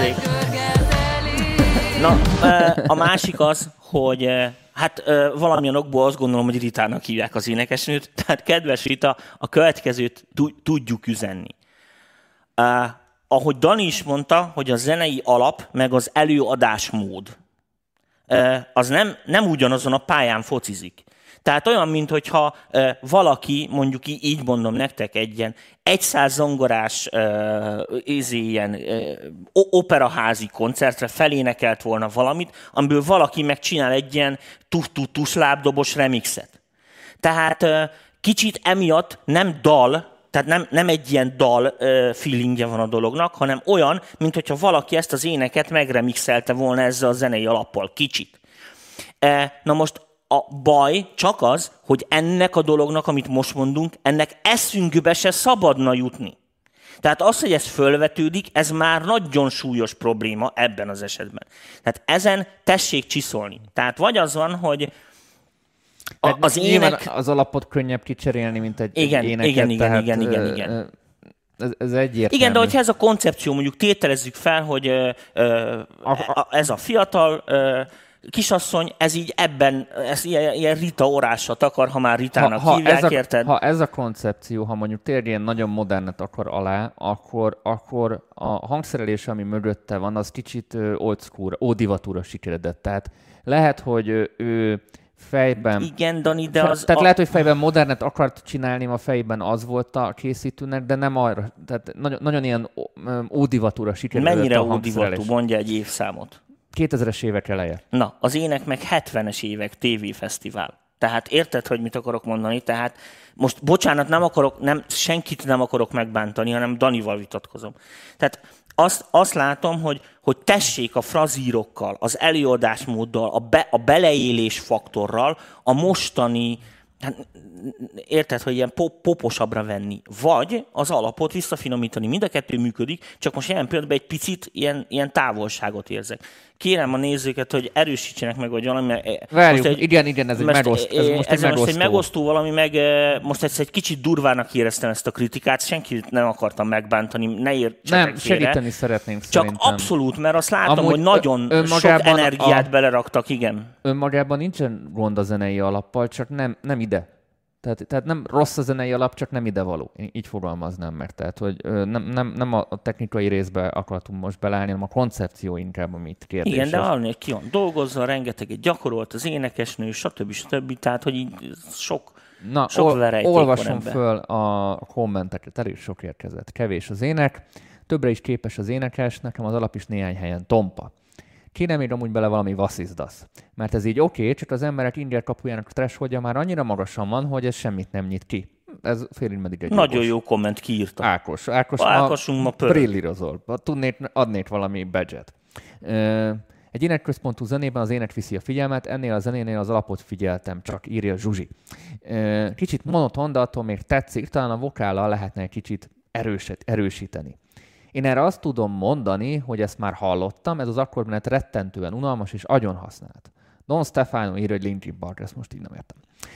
Na, a másik az, hogy valamilyen okból azt gondolom, hogy Ritának hívják az énekesnőt. Tehát kedves Rita, a következőt tudjuk üzenni. Ahogy Dani is mondta, hogy a zenei alap, meg az előadásmód, az nem ugyanazon a pályán focizik. Tehát olyan, mintha valaki, mondjuk így mondom nektek, egy ilyen 100 zongorás ilyen operaházi koncertre felénekelt volna valamit, amiből valaki megcsinál egy ilyen tus-tus-lábdobos remixet. Tehát kicsit emiatt nem dal, tehát nem egy ilyen dal feelingje van a dolognak, hanem olyan, mintha valaki ezt az éneket megremixelte volna ezzel a zenei alappal. Kicsit. Na most a baj csak az, hogy ennek a dolognak, amit most mondunk, ennek eszünkbe se szabadna jutni. Tehát az, hogy ez fölvetődik, ez már nagyon súlyos probléma ebben az esetben. Tehát ezen tessék csiszolni. Tehát vagy az van, hogy az ének... Az alapot könnyebb kicserélni, mint egy éneket. Igen. Ez egyértelmű. Igen, de hogyha ez a koncepció, mondjuk tételezzük fel, hogy ez a fiatal... kisasszony, ez így ebben, ez ilyen Rita orrásat akar, ha már Ritának hívják, érted? Ha ez a koncepció, ha mondjuk tényleg ilyen nagyon modernet akar alá, akkor a hangszerelés, ami mögötte van, az kicsit old school, ódivatúra sikeredett. Tehát lehet, hogy ő fejben... Igen, Dani, de az... Tehát lehet, hogy fejben modernet akart csinálni, a fejben az volt a készítőnek, de nem arra. Tehát nagyon ilyen ódivatúra sikerült Mennyire a hangszerelés. ódivatú? Mondja egy évszámot. 2000-es évek eleje. Na, az ének meg 70-es évek tévéfesztivál. Tehát érted, hogy mit akarok mondani? Tehát most, bocsánat, senkit nem akarok megbántani, hanem Danival vitatkozom. Tehát azt látom, hogy tessék a frazírokkal, az előadásmóddal, a beleélés faktorral, a mostani, hát, érted, hogy ilyen poposabbra venni, vagy az alapot visszafinomítani. Mind a kettő működik, csak most jelen pillanatban egy picit ilyen távolságot érzek. Kérem a nézőket, hogy erősítsenek meg, vagy valami. Várjuk, igen, ez egy megosztó. Egy megosztó valami, meg most egy kicsit durvának éreztem ezt a kritikát, senkit nem akartam megbántani, ne értsetek nem, segíteni szeretnénk csak szerintem. Abszolút, mert azt látom, Amúgy hogy nagyon sok energiát beleraktak, igen. Önmagában nincsen gond a zenei alappal, csak nem ide. Tehát nem rossz a zenei alap, csak nem ide való. Én így fogalmaznám meg. Tehát, hogy nem a technikai részbe akartunk most belállni, hanem a koncepció inkább, amit kérdéses. Igen, de valami ki van dolgozva, rengeteget gyakorolt az énekesnő, stb. Tehát, hogy így sok verejték olvasom van föl a kommenteket, elég sok érkezett. Kevés az ének, többre is képes az énekes, nekem az alap is néhány helyen tompa. Kéne még amúgy bele valami vasszizdasz. Mert ez így oké, csak az emberek inger kapujának a thresholdja már annyira magasan van, hogy ez semmit nem nyit ki. Ez félig meddig egy nagyon jó komment kiírta. Ákosunk ma brillírozol. Adnék valami badge-et. Egy énekközpontú zenében az ének viszi a figyelmet, ennél a zenénél az alapot figyeltem, csak írja Zsuzsi. Kicsit monoton, de attól még tetszik, talán a vokállal lehetne egy kicsit erősíteni. Én erre azt tudom mondani, hogy ezt már hallottam, ez az akkordmenet rettentően unalmas és agyon használt. Don Stefano írja, hogy Linkin Park, ezt most így nem értem.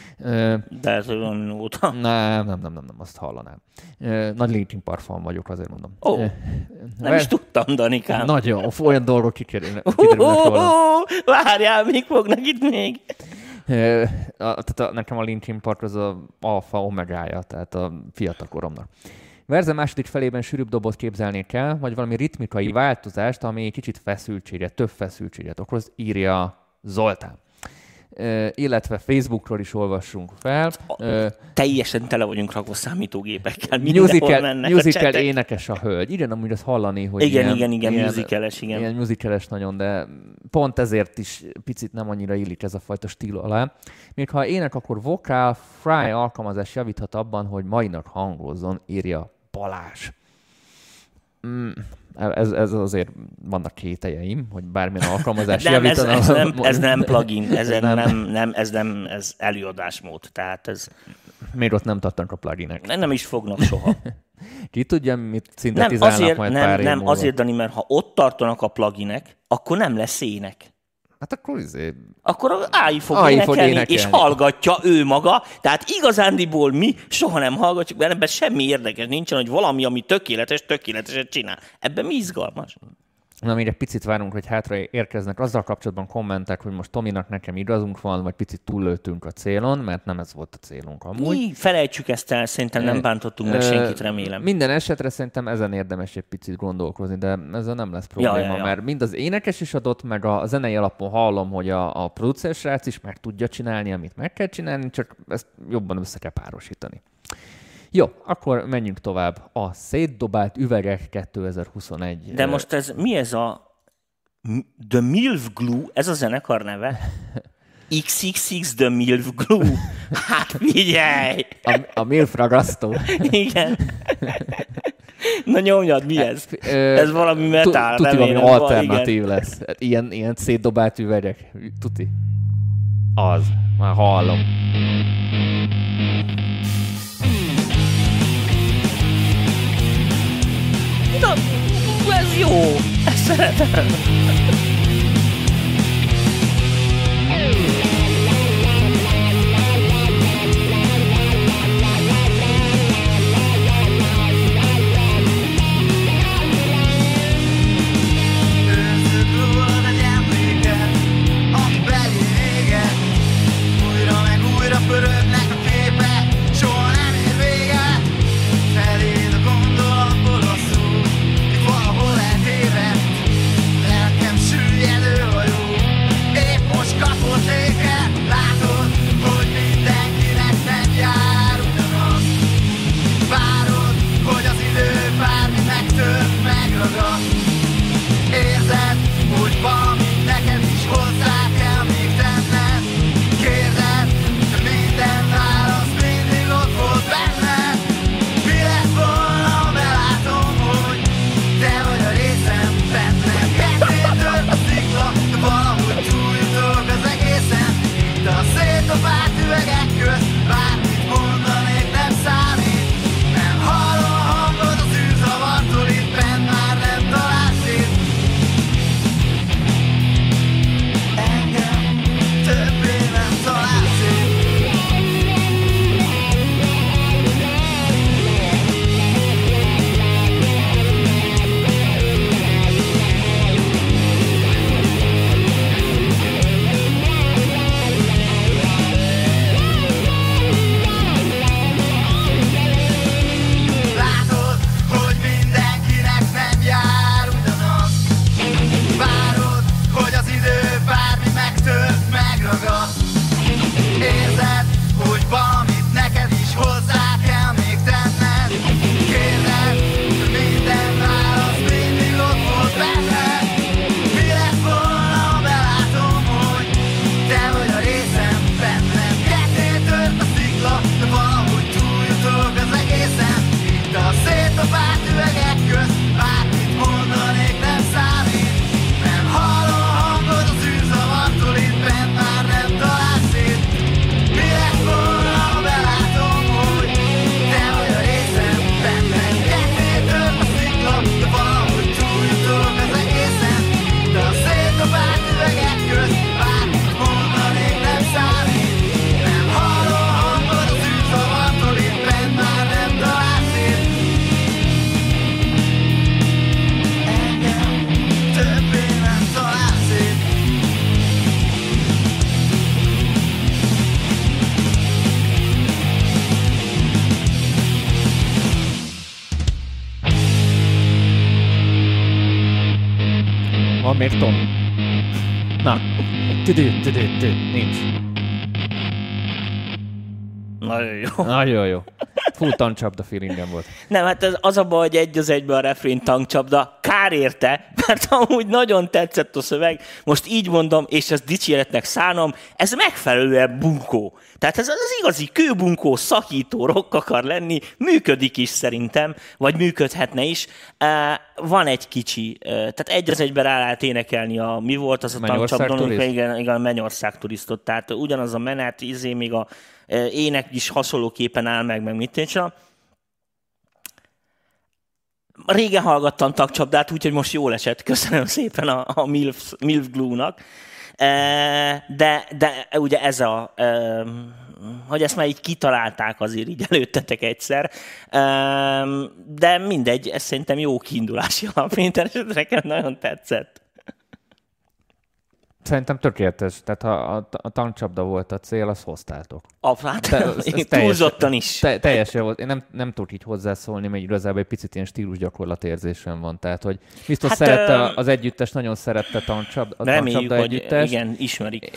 De ez olyan óta. Nem, azt hallanám. Nagy Linkin Park fan vagyok, azért mondom. Nem is tudtam, Danikám. Nagyon, olyan dolgok kikerülnek várjál, még fognak itt még. Nekem a Linkin Park az a alfa omegája, tehát a fiatal koromnak. Verze második felében sűrűbb dobot képzelnék el, vagy valami ritmikai változást, ami kicsit több feszültséget okoz, írja Zoltán. Illetve Facebookról is olvassunk fel. Teljesen tele vagyunk rakva számítógépekkel. Musical énekes a hölgy. Igen, amúgy azt hallani, hogy igen, musicales, igen. Ilyen musicales nagyon, de pont ezért is picit nem annyira illik ez a fajta stíl alá. Még ha ének, akkor vokál, fry alkalmazás javíthat abban, hogy mainak hangozzon, írja Balázs. Ez azért vannak kételjeim, hogy bármilyen alkalmazás javítana. Ez nem plugin, ez előadásmód. Tehát ez... Miért ott nem tartanak a pluginek? Nem is fognak soha. Ki tudja, mit szintetizálnak majd pár év múlva. Nem, azért, Dani, mert ha ott tartanak a pluginek, akkor nem lesz ének. Hát akkor Akkor AI fog énekelni, és hallgatja ő maga. Tehát igazándiból mi soha nem hallgatjuk, mert ebben semmi érdekes nincsen, hogy valami, ami tökéleteset csinál. Ebben mi izgalmas? Na, még egy picit várunk, hogy hátra érkeznek azzal kapcsolatban kommentek, hogy most Tominak nekem igazunk van, vagy picit túllőttünk a célon, mert nem ez volt a célunk amúgy. Mi felejtsük ezt el, szerintem nem bántottunk meg senkit, remélem. Minden esetre szerintem ezen érdemes egy picit gondolkozni, de ezzel nem lesz probléma, mert mind az énekes is adott, meg a zenei alapon hallom, hogy a producer srác is meg tudja csinálni, amit meg kell csinálni, csak ezt jobban össze kell párosítani. Jó, akkor menjünk tovább. A szétdobált üvegek 2021. De most mi ez a The Milf Glue? Ez a zenekar neve? XXX The Milf Glue? Hát figyelj! A Milf ragasztó. Igen. Na nyomjad, mi ez? Ez valami metál. Tuti valami alternatív lesz. Ilyen szétdobált üvegek. Tuti. Az. Már hallom. Na, ez jó! Ezt szeretem! Valahol eltévedt, lelkem sűrű. Van még Tom? Na. Nincs. Nagyon jó. Nagyon jó. Full tankcsapda feelingem volt. Nem, hát az a baj, hogy egy az egyben a refrén tankcsapda. Kár érte, mert amúgy nagyon tetszett a szöveg. Most így mondom, és ezt dicséretnek szánom, ez megfelelően bunkó. Tehát ez az igazi kőbunkó, szakító rock akar lenni, működik is szerintem, vagy működhetne is. Van egy kicsi, tehát egy az egyben rá lehet énekelni mi volt az a tankcsapda, igen, a Mennyország turistot. Tehát ugyanaz a menet, még a ének is hasonlóképpen áll meg mit nincs. Régen hallgattam tankcsapdát, úgyhogy most jól esett. Köszönöm szépen a Milf Glue-nak. De ugye ez hogy ezt már így kitalálták azért így előttetek egyszer. De mindegy, ez szerintem jó kiindulási alap. Nekem nagyon tetszett. Szerintem tökéletes. Tehát ha a tankcsapda volt a cél, azt hoztátok. Túlzottan is. Teljesen volt. Én nem tudok így hozzászólni, mert igazából egy picit ilyen stílusgyakorlat érzésem van. Tehát, hogy biztos szerette az együttes, nagyon szerette a tankcsapda együttes. Igen, ismerik.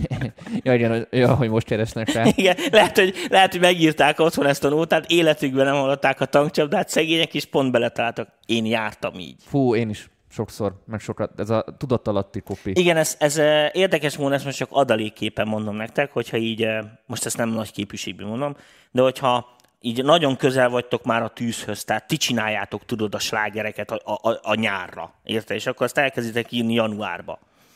Ja, hogy most keresnek rá. Igen, lehet, hogy megírták otthon ezt a nótát, életükben nem hallották a tankcsapdát, szegények is pont beletaláltak. Én jártam így. Fú, én is. Sokszor, meg sokat, ez a tudatalatti kopi. Igen, ez érdekes módon, ezt most csak adalékképpen mondom nektek, hogyha így, most ezt nem nagy képűségben mondom, de hogyha így nagyon közel vagytok már a tűzhöz, tehát ti csináljátok, tudod, a slágereket a nyárra, érted? És akkor azt elkezditek írni januárba.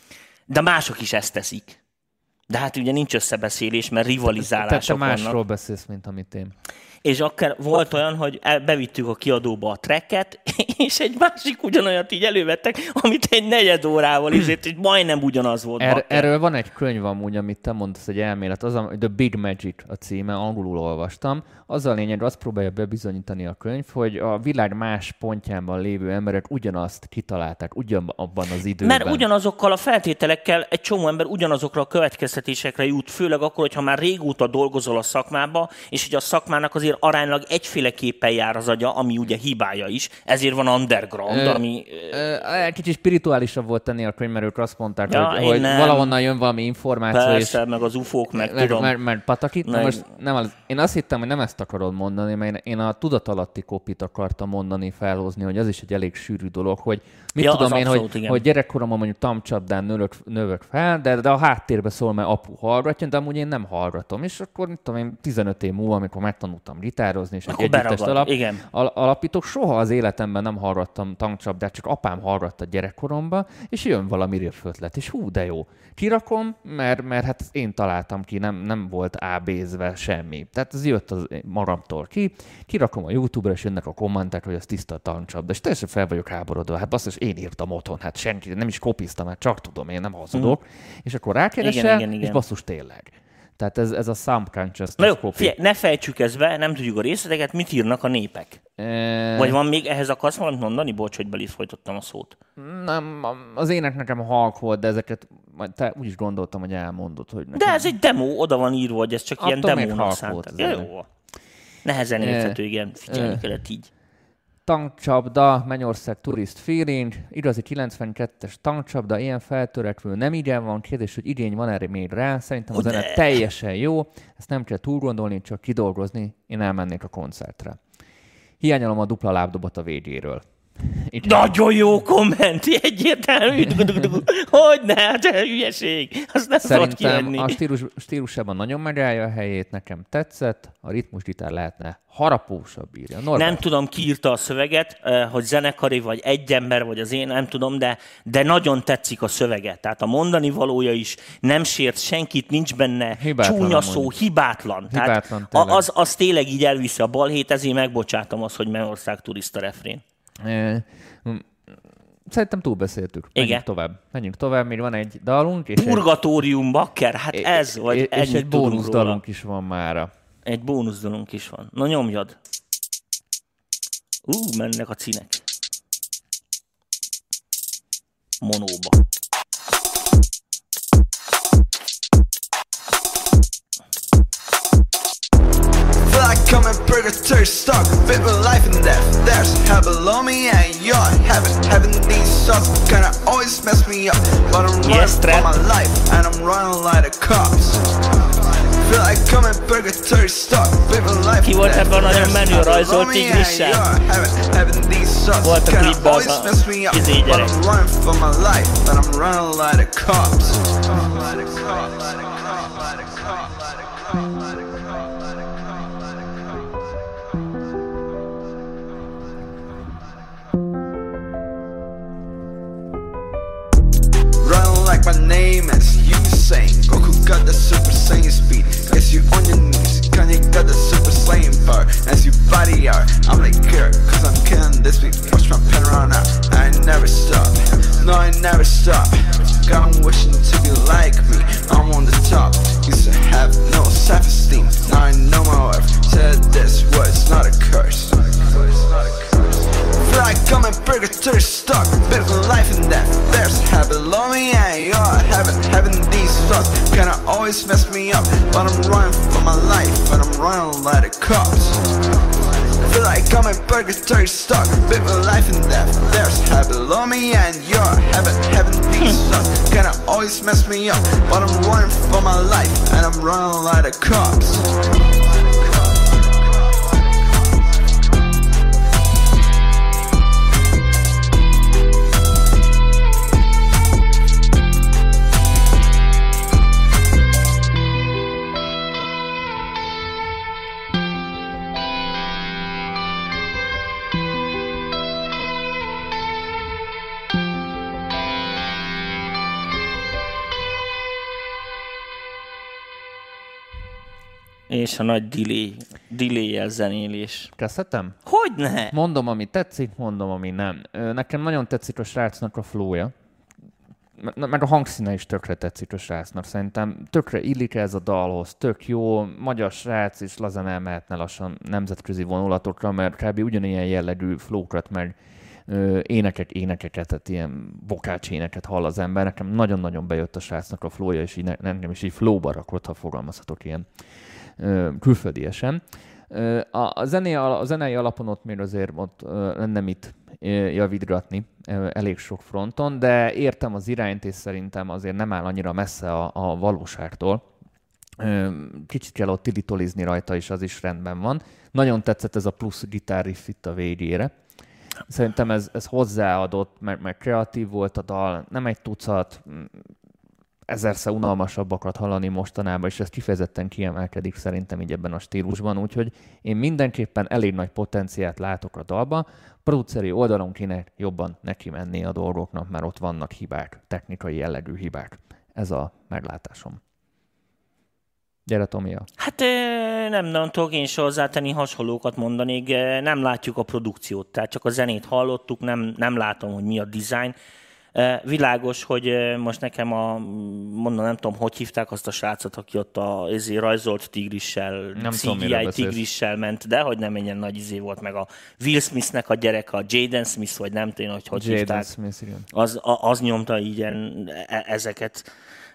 De mások is ezt teszik. De hát ugye nincs összebeszélés, mert rivalizálások vannak. Te másról beszélsz, mint amit én. És akkor volt olyan, hogy bevittük a kiadóba a tracket, és egy másik ugyanolyat így elővettek, amit egy negyed órával izért, és majdnem ugyanaz volt. Erről van egy könyv amúgy, amit te mondasz, egy elmélet, az a The Big Magic a címe, angolul olvastam. Az a lényeg, azt próbálja bebizonyítani a könyv, hogy a világ más pontjában lévő emberek ugyanazt kitalálták, ugyanabban az időben. Mert ugyanazokkal a feltételekkel egy csomó ember ugyanazokra a következtetésekre jut, főleg akkor, hogyha már régóta dolgozol a szakmába, és hogy a szakmának azért aránylag egyféleképpen jár az agya, ami ugye hibája is, ezért van underground, ami... Kicsit spirituálisabb volt tenni a könyv, mert ők azt mondták, hogy valahonnan jön valami információ. Persze, és meg az ufók, meg tudom. Mert patakit. Most én azt hittem, hogy nem ezt akarod mondani, mert én a tudatalatti kopit akartam mondani, felhozni, hogy az is egy elég sűrű dolog, hogy mit tudom én, hogy gyerekkoromban mondjuk tankcsapdán növök fel, de a háttérbe szól, mert apu hallgatja, de amúgy én nem hallgatom. És akkor mit tudom én, 15 év múlva, amikor megtanultam gitározni, és egy együttest alapítok, soha az életemben nem hallgattam tankcsapdát, csak apám hallgatta gyerekkoromban, és jön valami ötlet, és hú, de jó. Kirakom, mert hát én találtam ki, nem volt AB-zve semmi. Tehát ez jött az magamtól kirakom a YouTube-ra, és jönnek a kommentek, hogy az tiszta tankcsapda, és teljesen fel vagyok háborodva. Hát basszus, én írtam otthon, hát senki, nem is kopiztam, hát csak tudom, én nem hazudok. És akkor rákeresel, és basszus tényleg. Tehát ez a subconscious copy. Ne fejtsük ezt be, nem tudjuk a részleteket, mit írnak a népek. Vagy van még ehhez akarsz valamit mondani? Bocs, hogy belé folytottam a szót. Nem, az ének nekem halk volt, de ezeket te úgy is gondoltam, hogy elmondod. Hogy nekem... De ez egy demo, oda van írva, hogy ez csak attól ilyen demónak szántak. Jó. Nehezen érthető, igen, figyelni kellett így. Tankcsapda, Mennyország Tourist Feeling, igazi 92-es tankcsapda, ilyen feltörekvő, nem igen van, kérdés, hogy igény van erre még rá, szerintem a zene teljesen jó, ezt nem kell túl gondolni, csak kidolgozni, én elmennék a koncertre. Hiányolom a dupla lábdobot a végéről. Itt nagyon jó komment, egyértelmű. Hogyne, hát hülyeség. Azt nem szabad kivenni. Szerintem a stílusában nagyon megállja a helyét, nekem tetszett, a ritmusgitár lehetne harapósabb írja. Norbert. Nem tudom, ki írta a szöveget, hogy zenekari, vagy egy ember, vagy az én, nem tudom, de nagyon tetszik a szövege. Tehát a mondani valója is nem sért senkit, nincs benne hibátlan, csúnya szó, hibátlan. Tehát az tényleg így elviszi a balhét, ezért megbocsátom azt, hogy Mennyország turista refrén. Szerintem túlbeszéltük. Menjünk tovább, még van egy dalunk. És Purgatórium bakker, hát ez, vagy és egy bónusz dalunk is van mára. Egy bónusz dalunk is van. Na nyomjad. Mennek a cínek. Monóba. Feel like coming purgatory stuck between life and death. There's hell below me and you're heaven. These thoughts kinda always mess me up, but I'm running for my life and I'm running like the cops. Feel like I'm in purgatory stuck between life and death. Ki volt ebben a nagyon menő rajzolt tigrissel? Volt a klipben az a gyerek. I'm running for my life and I'm running like the cops. Running like my name is Usain. Goku got the Super Saiyan speed. Guess you on your knees. Kanye got the Super Saiyan power. As you body art, I'm like here, cause I'm killing this beat. Watch my pen run out. I never stop. No, I never stop. God, I'm wishing to be like me. I'm on the top. Used to have no self-esteem. Now I know my worth. Said this was not a curse. Feel like I'm in purgatory stuck between life and death. There's hell below me and you're heaven. These thoughts kinda always mess me up, but I'm running for my life and I'm running like the cops. Feel like I'm in purgatory stuck between life and death. There's hell below me and you're heaven. These thoughts kinda always mess me up, but I'm running for my life and I'm running like the cops. És a nagy delay-jel zenélés. Kezdhetem? Hogyne? Mondom, ami tetszik, mondom, ami nem. Nekem nagyon tetszik a srácnak a flowja. Meg a hangszíne is tökre tetszik a srácnak. Szerintem tökre illik ez a dalhoz, tök jó. Magyar srác is lazán elmehetne lassan nemzetközi vonulatokra, mert kb. Ugyanilyen jellegű flowkat, meg énekeket, tehát ilyen vokács éneket hall az ember. Nekem nagyon-nagyon bejött a srácnak a flowja, és így nekem is így flowba rakott, ha fogalmazhatok ilyen külföldiesen. A zenei alapon ott még azért ott lenne mit javítgatni elég sok fronton, de értem az irányt, és szerintem azért nem áll annyira messze a valóságtól. Kicsit kell ott tilitolizni rajta, és az is rendben van. Nagyon tetszett ez a plusz gitárriff itt a végére. Szerintem ez hozzáadott, mert kreatív volt a dal, nem egy tucat, ezerszer unalmasabbakat hallani mostanában, és ez kifejezetten kiemelkedik szerintem így ebben a stílusban, úgyhogy én mindenképpen elég nagy potenciált látok a dalba. Produceri oldalon kéne jobban neki menni a dolgoknak, mert ott vannak hibák, technikai jellegű hibák. Ez a meglátásom. Gyere, Tomia. Hát nem nagyon tudok én se hozzátenni, hasonlókat mondanék. Nem látjuk a produkciót, tehát csak a zenét hallottuk, nem látom, hogy mi a design. Világos, hogy most nekem mondom, nem tudom, hogy hívták azt a srácot, aki ott a rajzolt tigrissel, CGI tigrissel ment, de hogy nem ilyen nagy izé volt, meg a Will Smithnek a gyereke, a Jaden Smith, vagy nem tudom, hogy hívták. Smith, igen. Az nyomta így ezeket.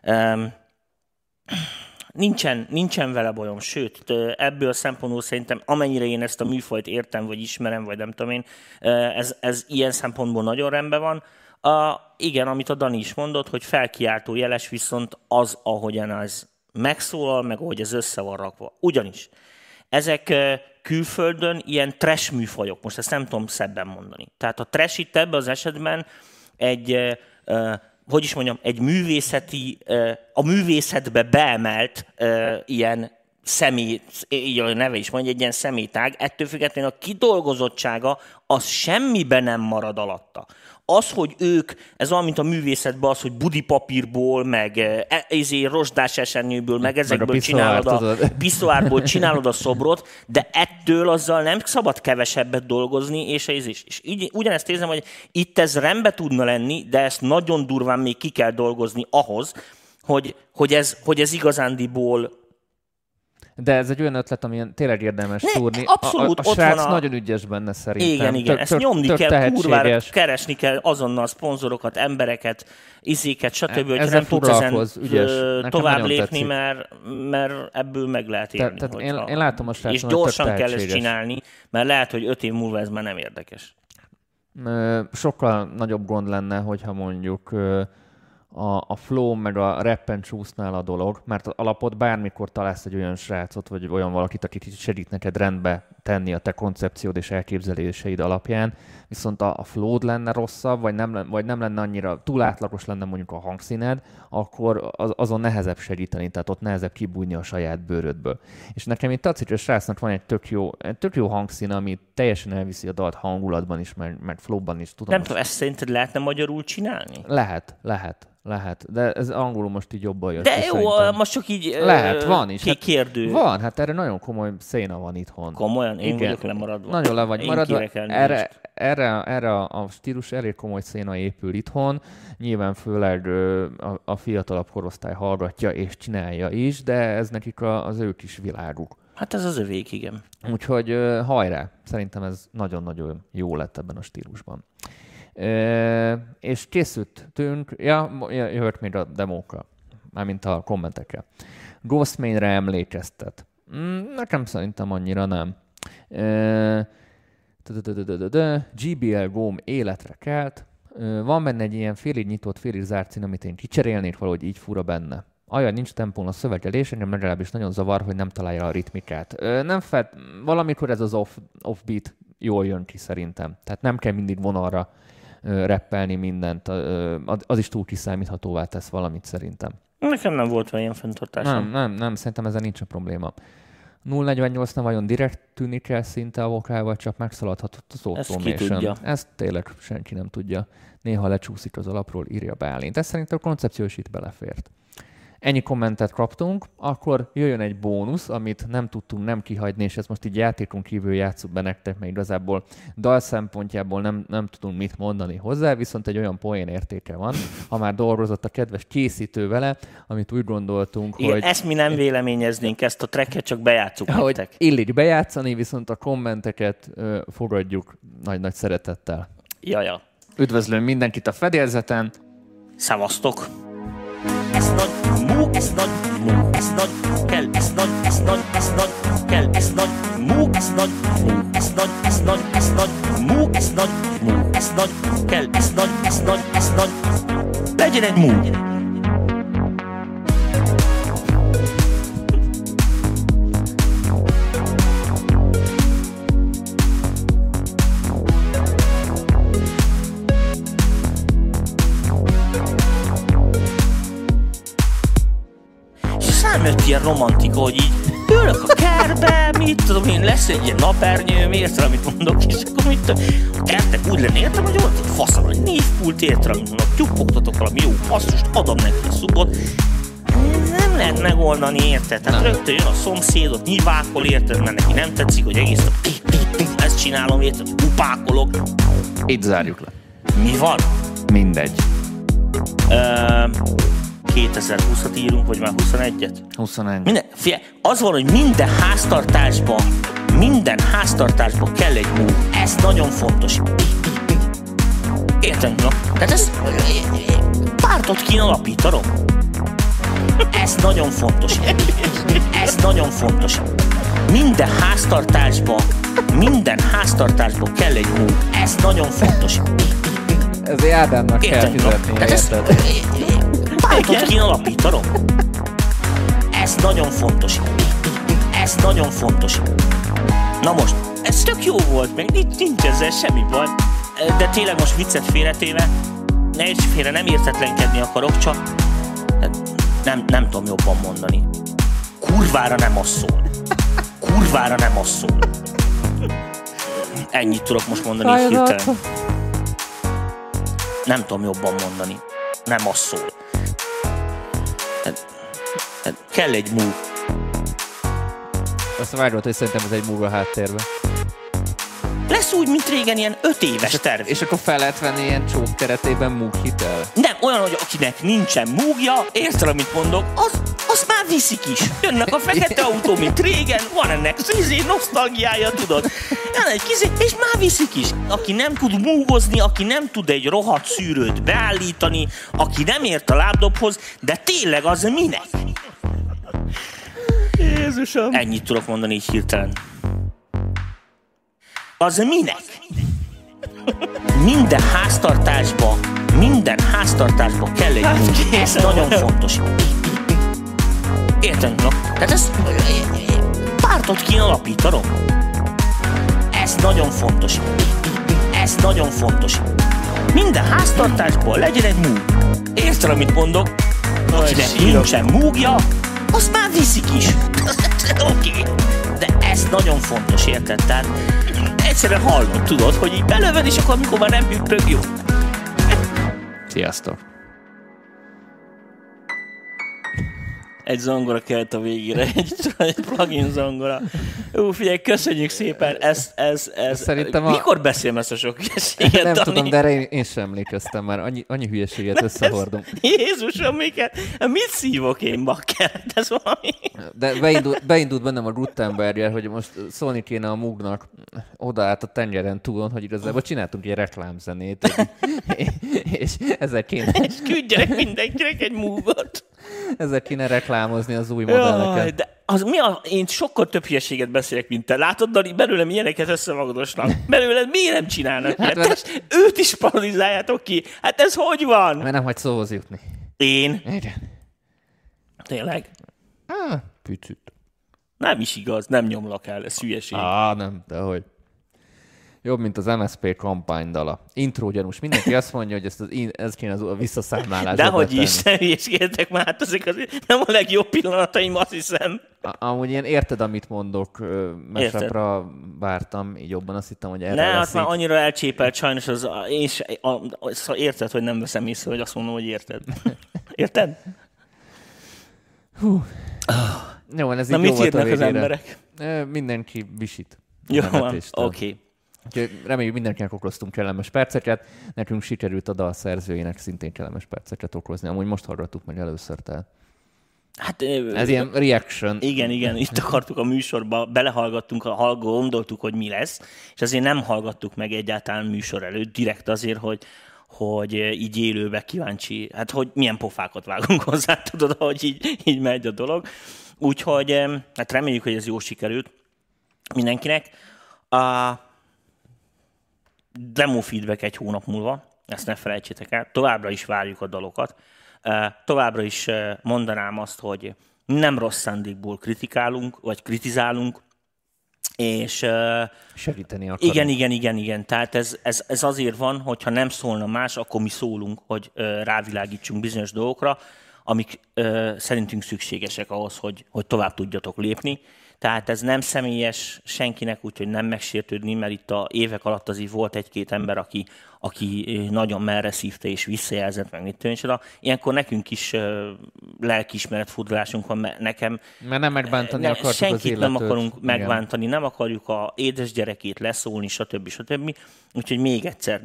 Nincsen vele bajom, sőt, ebből a szempontból szerintem, amennyire én ezt a műfajt értem, vagy ismerem, vagy nem tudom én, ez ilyen szempontból nagyon rendben van. Igen, amit a Dani is mondott, hogy felkiáltó jeles, viszont az, ahogyan ez megszólal, meg ahogy ez össze van rakva. Ugyanis ezek külföldön ilyen trash műfajok, most ezt nem tudom szebben mondani. Tehát a trash itt ebben az esetben egy egy művészeti, a művészetbe beemelt ilyen így a neve is mondja, egy ilyen személytág, ettől függetlenül a kidolgozottsága az semmiben nem marad alatta. Az, hogy ők, ez olyan, mint a művészetben az, hogy budipapírból, meg rozsdás esernyőből, meg ezekből csinálod a piszoárból csinálod a szobrot, de ettől azzal nem szabad kevesebbet dolgozni, és így, ugyanezt érzem, hogy itt ez rendben tudna lenni, de ezt nagyon durván még ki kell dolgozni ahhoz, hogy ez igazándiból De ez egy olyan ötlet, amilyen tényleg érdemes szúrni. abszolút, a ott srác van nagyon ügyesben benne szerintem. Igen, ezt nyomni kell, tehetséges. kurvára keresni kell azonnal szponzorokat, embereket, izéket, stb., hogy Ezzel nem tudsz ezen foglalkozz, ügyes. Nekem tovább nagyon lépni, tetszik. mert ebből meg lehet élni. Tehát hogyha- én látom a srácon, és hogy tök gyorsan kell ezt tehetséges. csinálni, mert lehet, hogy 5 év múlva ez már nem érdekes. Sokkal nagyobb gond lenne, hogyha mondjuk a flow meg a rappen csúsznál a dolog, mert az alapot bármikor találsz egy olyan srácot, vagy olyan valakit, akit segít neked rendbe tenni a te koncepciód és elképzeléseid alapján, viszont a flow lenne rosszabb, vagy nem lenne annyira túl átlagos lenne mondjuk a hangszíned, akkor azon nehezebb segíteni, tehát ott nehezebb kibújni a saját bőrödből. És nekem itt tetszik, hogy a srácnak van egy tök jó hangszín, ami teljesen elviszi a dalt hangulatban is, meg flowban is. Tudom, Nem tudom, ezt szerinted lehetne magyarul csinálni? Lehet, de ez angolul most így jobban jött. De ki jó, szerintem. most csak így Lehet, van is. kérdő. Van, hát erre nagyon komoly széna van itthon. Komolyan? Én Igen. vagyok lemaradva. Nagyon le vagy Én maradva. kérek elnézést. Erre a stílus elég komoly széna épül itthon. Nyilván főleg a fiatalabb korosztály hallgatja és csinálja is, de ez nekik az ő kis világuk. Hát ez az övék, igen. Úgyhogy hajrá! Szerintem ez nagyon-nagyon jó lett ebben a stílusban. És készültünk, jövök még a demókra, mármint a kommentekkel. Ghostmainre emlékeztet. Nekem szerintem annyira nem. GBL Góm életre kelt. Van benne egy ilyen félig nyitott, félig zárt szín, amit én kicserélnék, valahogy így fura benne. Olyan nincs tempón a szövegelés, engem legalábbis nagyon zavar, hogy nem találja a ritmikát. Valamikor ez az offbeat jól jön ki szerintem. Tehát nem kell mindig vonalra rappelni mindent. Az is túl kiszámíthatóvá tesz valamit szerintem. Nekem nem volt olyan fenntartásom. Nem, szerintem ezzel nincs a probléma. 048-nál vajon direkt tűnik el szinte a vokálval, csak megszaladhatott az automation. Ezt tényleg senki nem tudja. Néha lecsúszik az alapról, írja Bálint. Ez szerintem a koncepció is itt belefért. Ennyi kommentet kaptunk, akkor jöjjön egy bónusz, amit nem tudtunk nem kihagyni, és ezt most így játékon kívül játsszuk be nektek, mert igazából dal szempontjából nem tudunk mit mondani hozzá, viszont egy olyan poén értéke van, ha már dolgozott a kedves készítő vele, amit úgy gondoltunk, igen, hogy... ezt mi nem véleményeznénk, ezt a tracket csak bejátszuk hogy nektek. illik bejátszani, viszont a kommenteket fogadjuk nagy-nagy szeretettel. Jaja. Üdvözlöm mindenkit a fedélzeten! Szevasztok! Ez nagy mú, ez nagy mú, ez nagy kell, ez nagy, ez nagy, ez nagy kell, ez nagy mú, ez nagy mú, ez nagy, ez nagy, ez nagy mú, ez nagy mú, ez nagy kell, ez nagy, ez nagy, ez nagy. Legyen egy mú! Jött ilyen romantika, hogy így ülök a kertbe, mit tudom én, lesz egy ilyen napernyőm, értem, amit mondok, és akkor mit tudom, a kertek úgy lenne, értem, hogy ott egy faszal, hogy névpult, értem, amit mondok, tyúpogtatok valami jó passzust, adom neki a szubot. Nem lehet megoldani, érted? Tehát rögtön jön a szomszédot, nyivákol, érted, mert neki nem tetszik, hogy egész a ezt csinálom, érted, upákolok. Itt zárjuk le. Mi van? Mindegy. 2020-at írunk, vagy már 21-et? 21. Figyelj, az van, hogy minden háztartásban kell egy mú. Ez nagyon fontos. Értem, no? Tehát ez pártot kéne alapítanom. Ez nagyon fontos. Ez nagyon fontos. Minden háztartásban kell egy mú. Ez nagyon fontos. Ezért Ádámnak kell fizetni, érted? Pártot kéne alapítanom. Ez nagyon fontos. Ez nagyon fontos. Na most, ez tök jó volt, meg nincs ezzel semmi baj. De tényleg most viccet félretéve, nem értetlenkedni akarok, csak nem tudom jobban mondani. Kurvára nem az szól. Ennyit tudok most mondani hirtelen. Nem tudom jobban mondani. Nem az szól. Kell egy mú. Azt vágod, hogy szerintem ez egy move a háttérben. Lesz úgy, mint régen, ilyen 5 éves terv. És akkor fel lehet venni ilyen csók keretében múg hitel? Nem, olyan, hogy akinek nincsen múgja, érted, amit mondok, az azt már viszik is. Jönnek a fekete autó, mint régen, van ennek nosztalgiája, tudod. Jön egy és már viszik is. Aki nem tud múgozni, aki nem tud egy rohadt szűrőt beállítani, aki nem ért a lábdobhoz, de tényleg az minek? Jézusom! Ennyit tudok mondani így hirtelen. Az minek? Minden háztartásba kell egy múg. Ez nagyon fontos. Érted? No? Tehát ez pártot kéne alapítanom. Ez nagyon fontos. Ez nagyon fontos. Minden háztartásból legyen egy múg. Érted, amit mondok? Akinek nincsen múgja, azt már viszik is. Oké. De ez nagyon fontos, érted? Tehát egyszerűen hallod, tudod, hogy így belöved, és akkor amikor már nem hüppög, jó. Sziasztok! Egy zongora kellett a végére, egy plugin zongora. Figyelj, köszönjük szépen, ez Szerintem mikor beszélem ezt a sok hülyeséget, Nem Dani? tudom, de erre én sem emlékeztem már. Annyi hülyeséget összehordom. Jézusom, mit szívok én, bakker? Ez valami... De beindult bennem a Gutenberger, hogy most szólni kéne a Moognak oda át a tengeren túlon, hogy igazából csináltunk egy reklámzenét, és ezzel kéne... És küldjenek mindenkinek egy Moogot. Ezzel kéne reklámozni az új modelleket. De én sokkal több hülyeséget beszélek, mint te. Látod, Dani, belőlem ilyeneket összemagdosnak. Belőled miért nem csinálnak ilyet? Őt is parodizáljátok ki. Hát ez hogy van? Mert nem hagy szóhoz jutni. Én? Igen. Tényleg? Picit. Nem is igaz, nem nyomlak el, ez hülyeség. Nem, dehogy. Jobb, mint az MSZP kampánydala. Intro gyanús. Mindenki azt mondja, hogy ez kéne a visszaszámlálásba Dehogy is, ne hülyeskedjetek már, hát ezek nem a legjobb pillanataim, azt hiszem. Amúgy én érted, amit mondok, mesapra vártam, így jobban azt hittem, hogy erre hát már annyira elcsépelt sajnos, érted, hogy nem veszem észre, hogy azt mondom, hogy érted. Érted? Jó, ez na így mit jó volt a írnak az végére. emberek? Mindenki visít. Jó van, oké. Úgyhogy reméljük mindenkinek okoztunk kellemes perceket. Nekünk sikerült a dal szerzőjének szintén kellemes perceket okozni. Amúgy most hallgattuk meg először, tehát. Hát, ez ilyen reaction. Igen, itt akartuk a műsorba, belehallgattunk, gondoltuk, hogy mi lesz, és azért nem hallgattuk meg egyáltalán műsor előtt, direkt azért, hogy így élőbe kíváncsi, hát hogy milyen pofákat vágunk hozzá, tudod, hogy így megy a dolog. Úgyhogy hát reméljük, hogy ez jól sikerült mindenkinek. A demo feedback egy hónap múlva, ezt ne felejtsétek el, továbbra is várjuk a dalokat. Továbbra is mondanám azt, hogy nem rossz szándékból kritikálunk, vagy kritizálunk, és segíteni akarunk. Igen. Tehát ez azért van, hogyha nem szólna más, akkor mi szólunk, hogy rávilágítsunk bizonyos dolgokra, amik szerintünk szükségesek ahhoz, hogy tovább tudjatok lépni. Tehát ez nem személyes senkinek, úgyhogy nem megsértődni, mert itt a évek alatt azért volt egy-két ember, aki nagyon merre szívta és visszajelzett meg, mit tűncsoda. Ilyenkor nekünk is lelkiismeretfurdalásunk van, mert nekem... Mert nem megbántani akartuk senkit az illetőt. nem akarunk megbántani, nem akarjuk a édes gyerekét leszólni, stb. Úgyhogy még egyszer,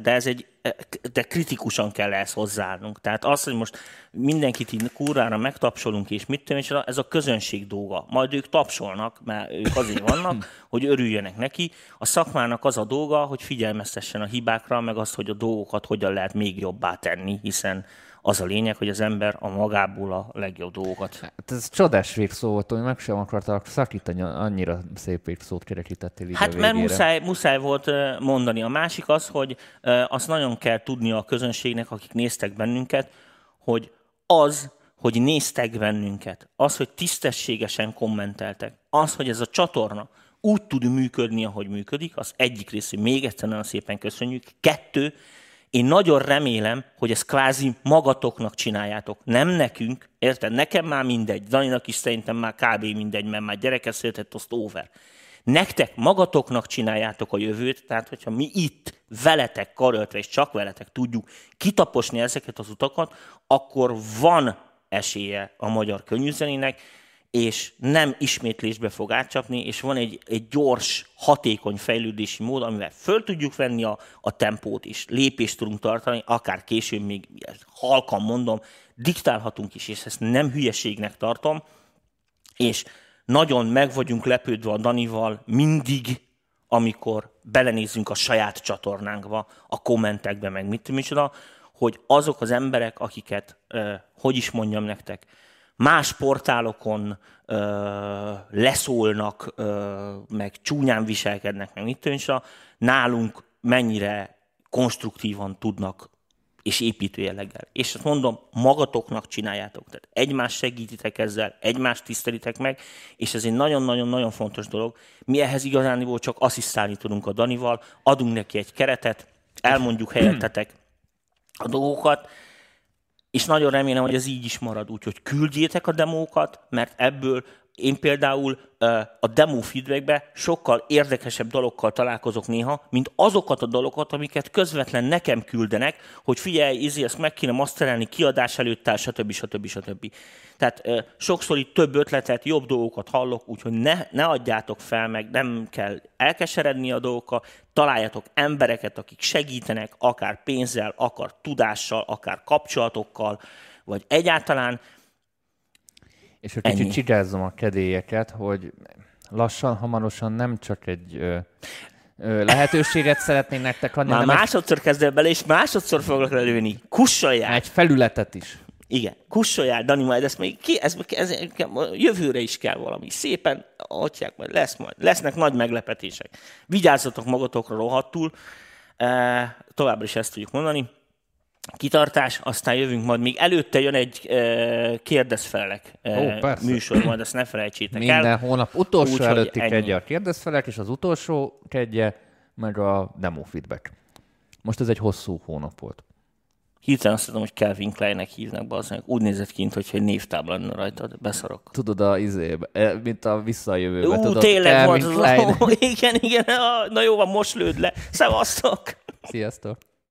de kritikusan kell ehhez hozzáállnunk. Tehát az, hogy most mindenkit így kurvára megtapsolunk, és mit tűncsoda, ez a közönség dolga. Majd ők tapsolnak, mert ők azért vannak, hogy örüljenek neki. A szakmának az a dolga, hogy figyelmeztessen a hibákra, meg azt, hogy a dolgokat hogyan lehet még jobbá tenni, hiszen az a lényeg, hogy az ember a magából a legjobb dolgokat. Hát ez csodás végszó volt, hogy meg sem akartak szakítani, annyira szép végszót kerekítettél így hát a végére. mert muszáj volt mondani. A másik az, hogy azt nagyon kell tudni a közönségnek, akik néztek bennünket, hogy hogy néztek bennünket, az, hogy tisztességesen kommenteltek, az, hogy ez a csatorna úgy tud működni, ahogy működik, az egyik rész, hogy még egyszer nagyon szépen köszönjük. 2, én nagyon remélem, hogy ezt kvázi magatoknak csináljátok, nem nekünk, érted? Nekem már mindegy, Daninak is szerintem már kb. Mindegy, mert már gyereket született, azt over. Nektek magatoknak csináljátok a jövőt, tehát hogyha mi itt veletek karöltve, és csak veletek tudjuk kitaposni ezeket az utakat, akkor van esélye a magyar könnyűzenének, és nem ismétlésbe fog átcsapni, és van egy gyors, hatékony fejlődési mód, amivel föl tudjuk venni a tempót, és lépést tudunk tartani, akár később még halkan mondom, diktálhatunk is, és ezt nem hülyeségnek tartom, És nagyon meg vagyunk lepődve a Danival mindig, amikor belenézünk a saját csatornánkba, a kommentekbe, meg micsoda, hogy azok az emberek, akiket, hogy is mondjam nektek, más portálokon leszólnak, meg csúnyán viselkednek, meg micsoda, nálunk mennyire konstruktívan tudnak és építő jelleggel. És azt mondom, magatoknak csináljátok. Tehát egymást segítitek ezzel, egymást tisztelitek meg, és ez egy nagyon-nagyon-nagyon fontos dolog. Mi ehhez igazániból csak asszisztálni tudunk a Danival, adunk neki egy keretet, elmondjuk helyettetek a dolgokat, és nagyon remélem, hogy ez így is marad. Úgyhogy küldjétek a demókat, mert ebből én például a demo feedbackbe sokkal érdekesebb dolgokkal találkozok néha, mint azokat a dolgokat, amiket közvetlen nekem küldenek, hogy figyelj, ezt meg kéne masterelni kiadás előtt, stb. Tehát sokszor itt több ötletet, jobb dolgokat hallok, úgyhogy ne adjátok fel, meg nem kell elkeseredni a dolgokkal, találjatok embereket, akik segítenek, akár pénzzel, akár tudással, akár kapcsolatokkal, vagy egyáltalán. És hogy kicsit csigázzom a kedélyeket, hogy lassan, hamarosan nem csak egy lehetőséget szeretnénk nektek adni. Már másodszor kezdve bele, és másodszor foglak lelőni. Kussoljál! Egy felületet is. Igen, kussoljál, Dani, majd ezt még jövőre is kell valami. Szépen, adják, majd lesznek nagy meglepetések. Vigyázzatok magatokra rohadtul, továbbra is ezt tudjuk mondani. Kitartás, aztán jövünk majd. Még előtte jön egy kérdezfelelek műsor, majd ezt ne felejtsétek el. Minden hónap utolsó előtti kedje a kérdezfelek, és az utolsó kedje meg a demo feedback. Most ez egy hosszú hónap volt. Hirtelen azt tudom, hogy Calvin Kleinnek hívnak be, aznak úgy nézett kint, hogyha egy névtábla lenne rajtad, beszarok. Tudod, mint a visszajövőbe. Tudod, tényleg volt az. Igen. Na jó, van, most lőd le. Szevasztok! Sziasztok!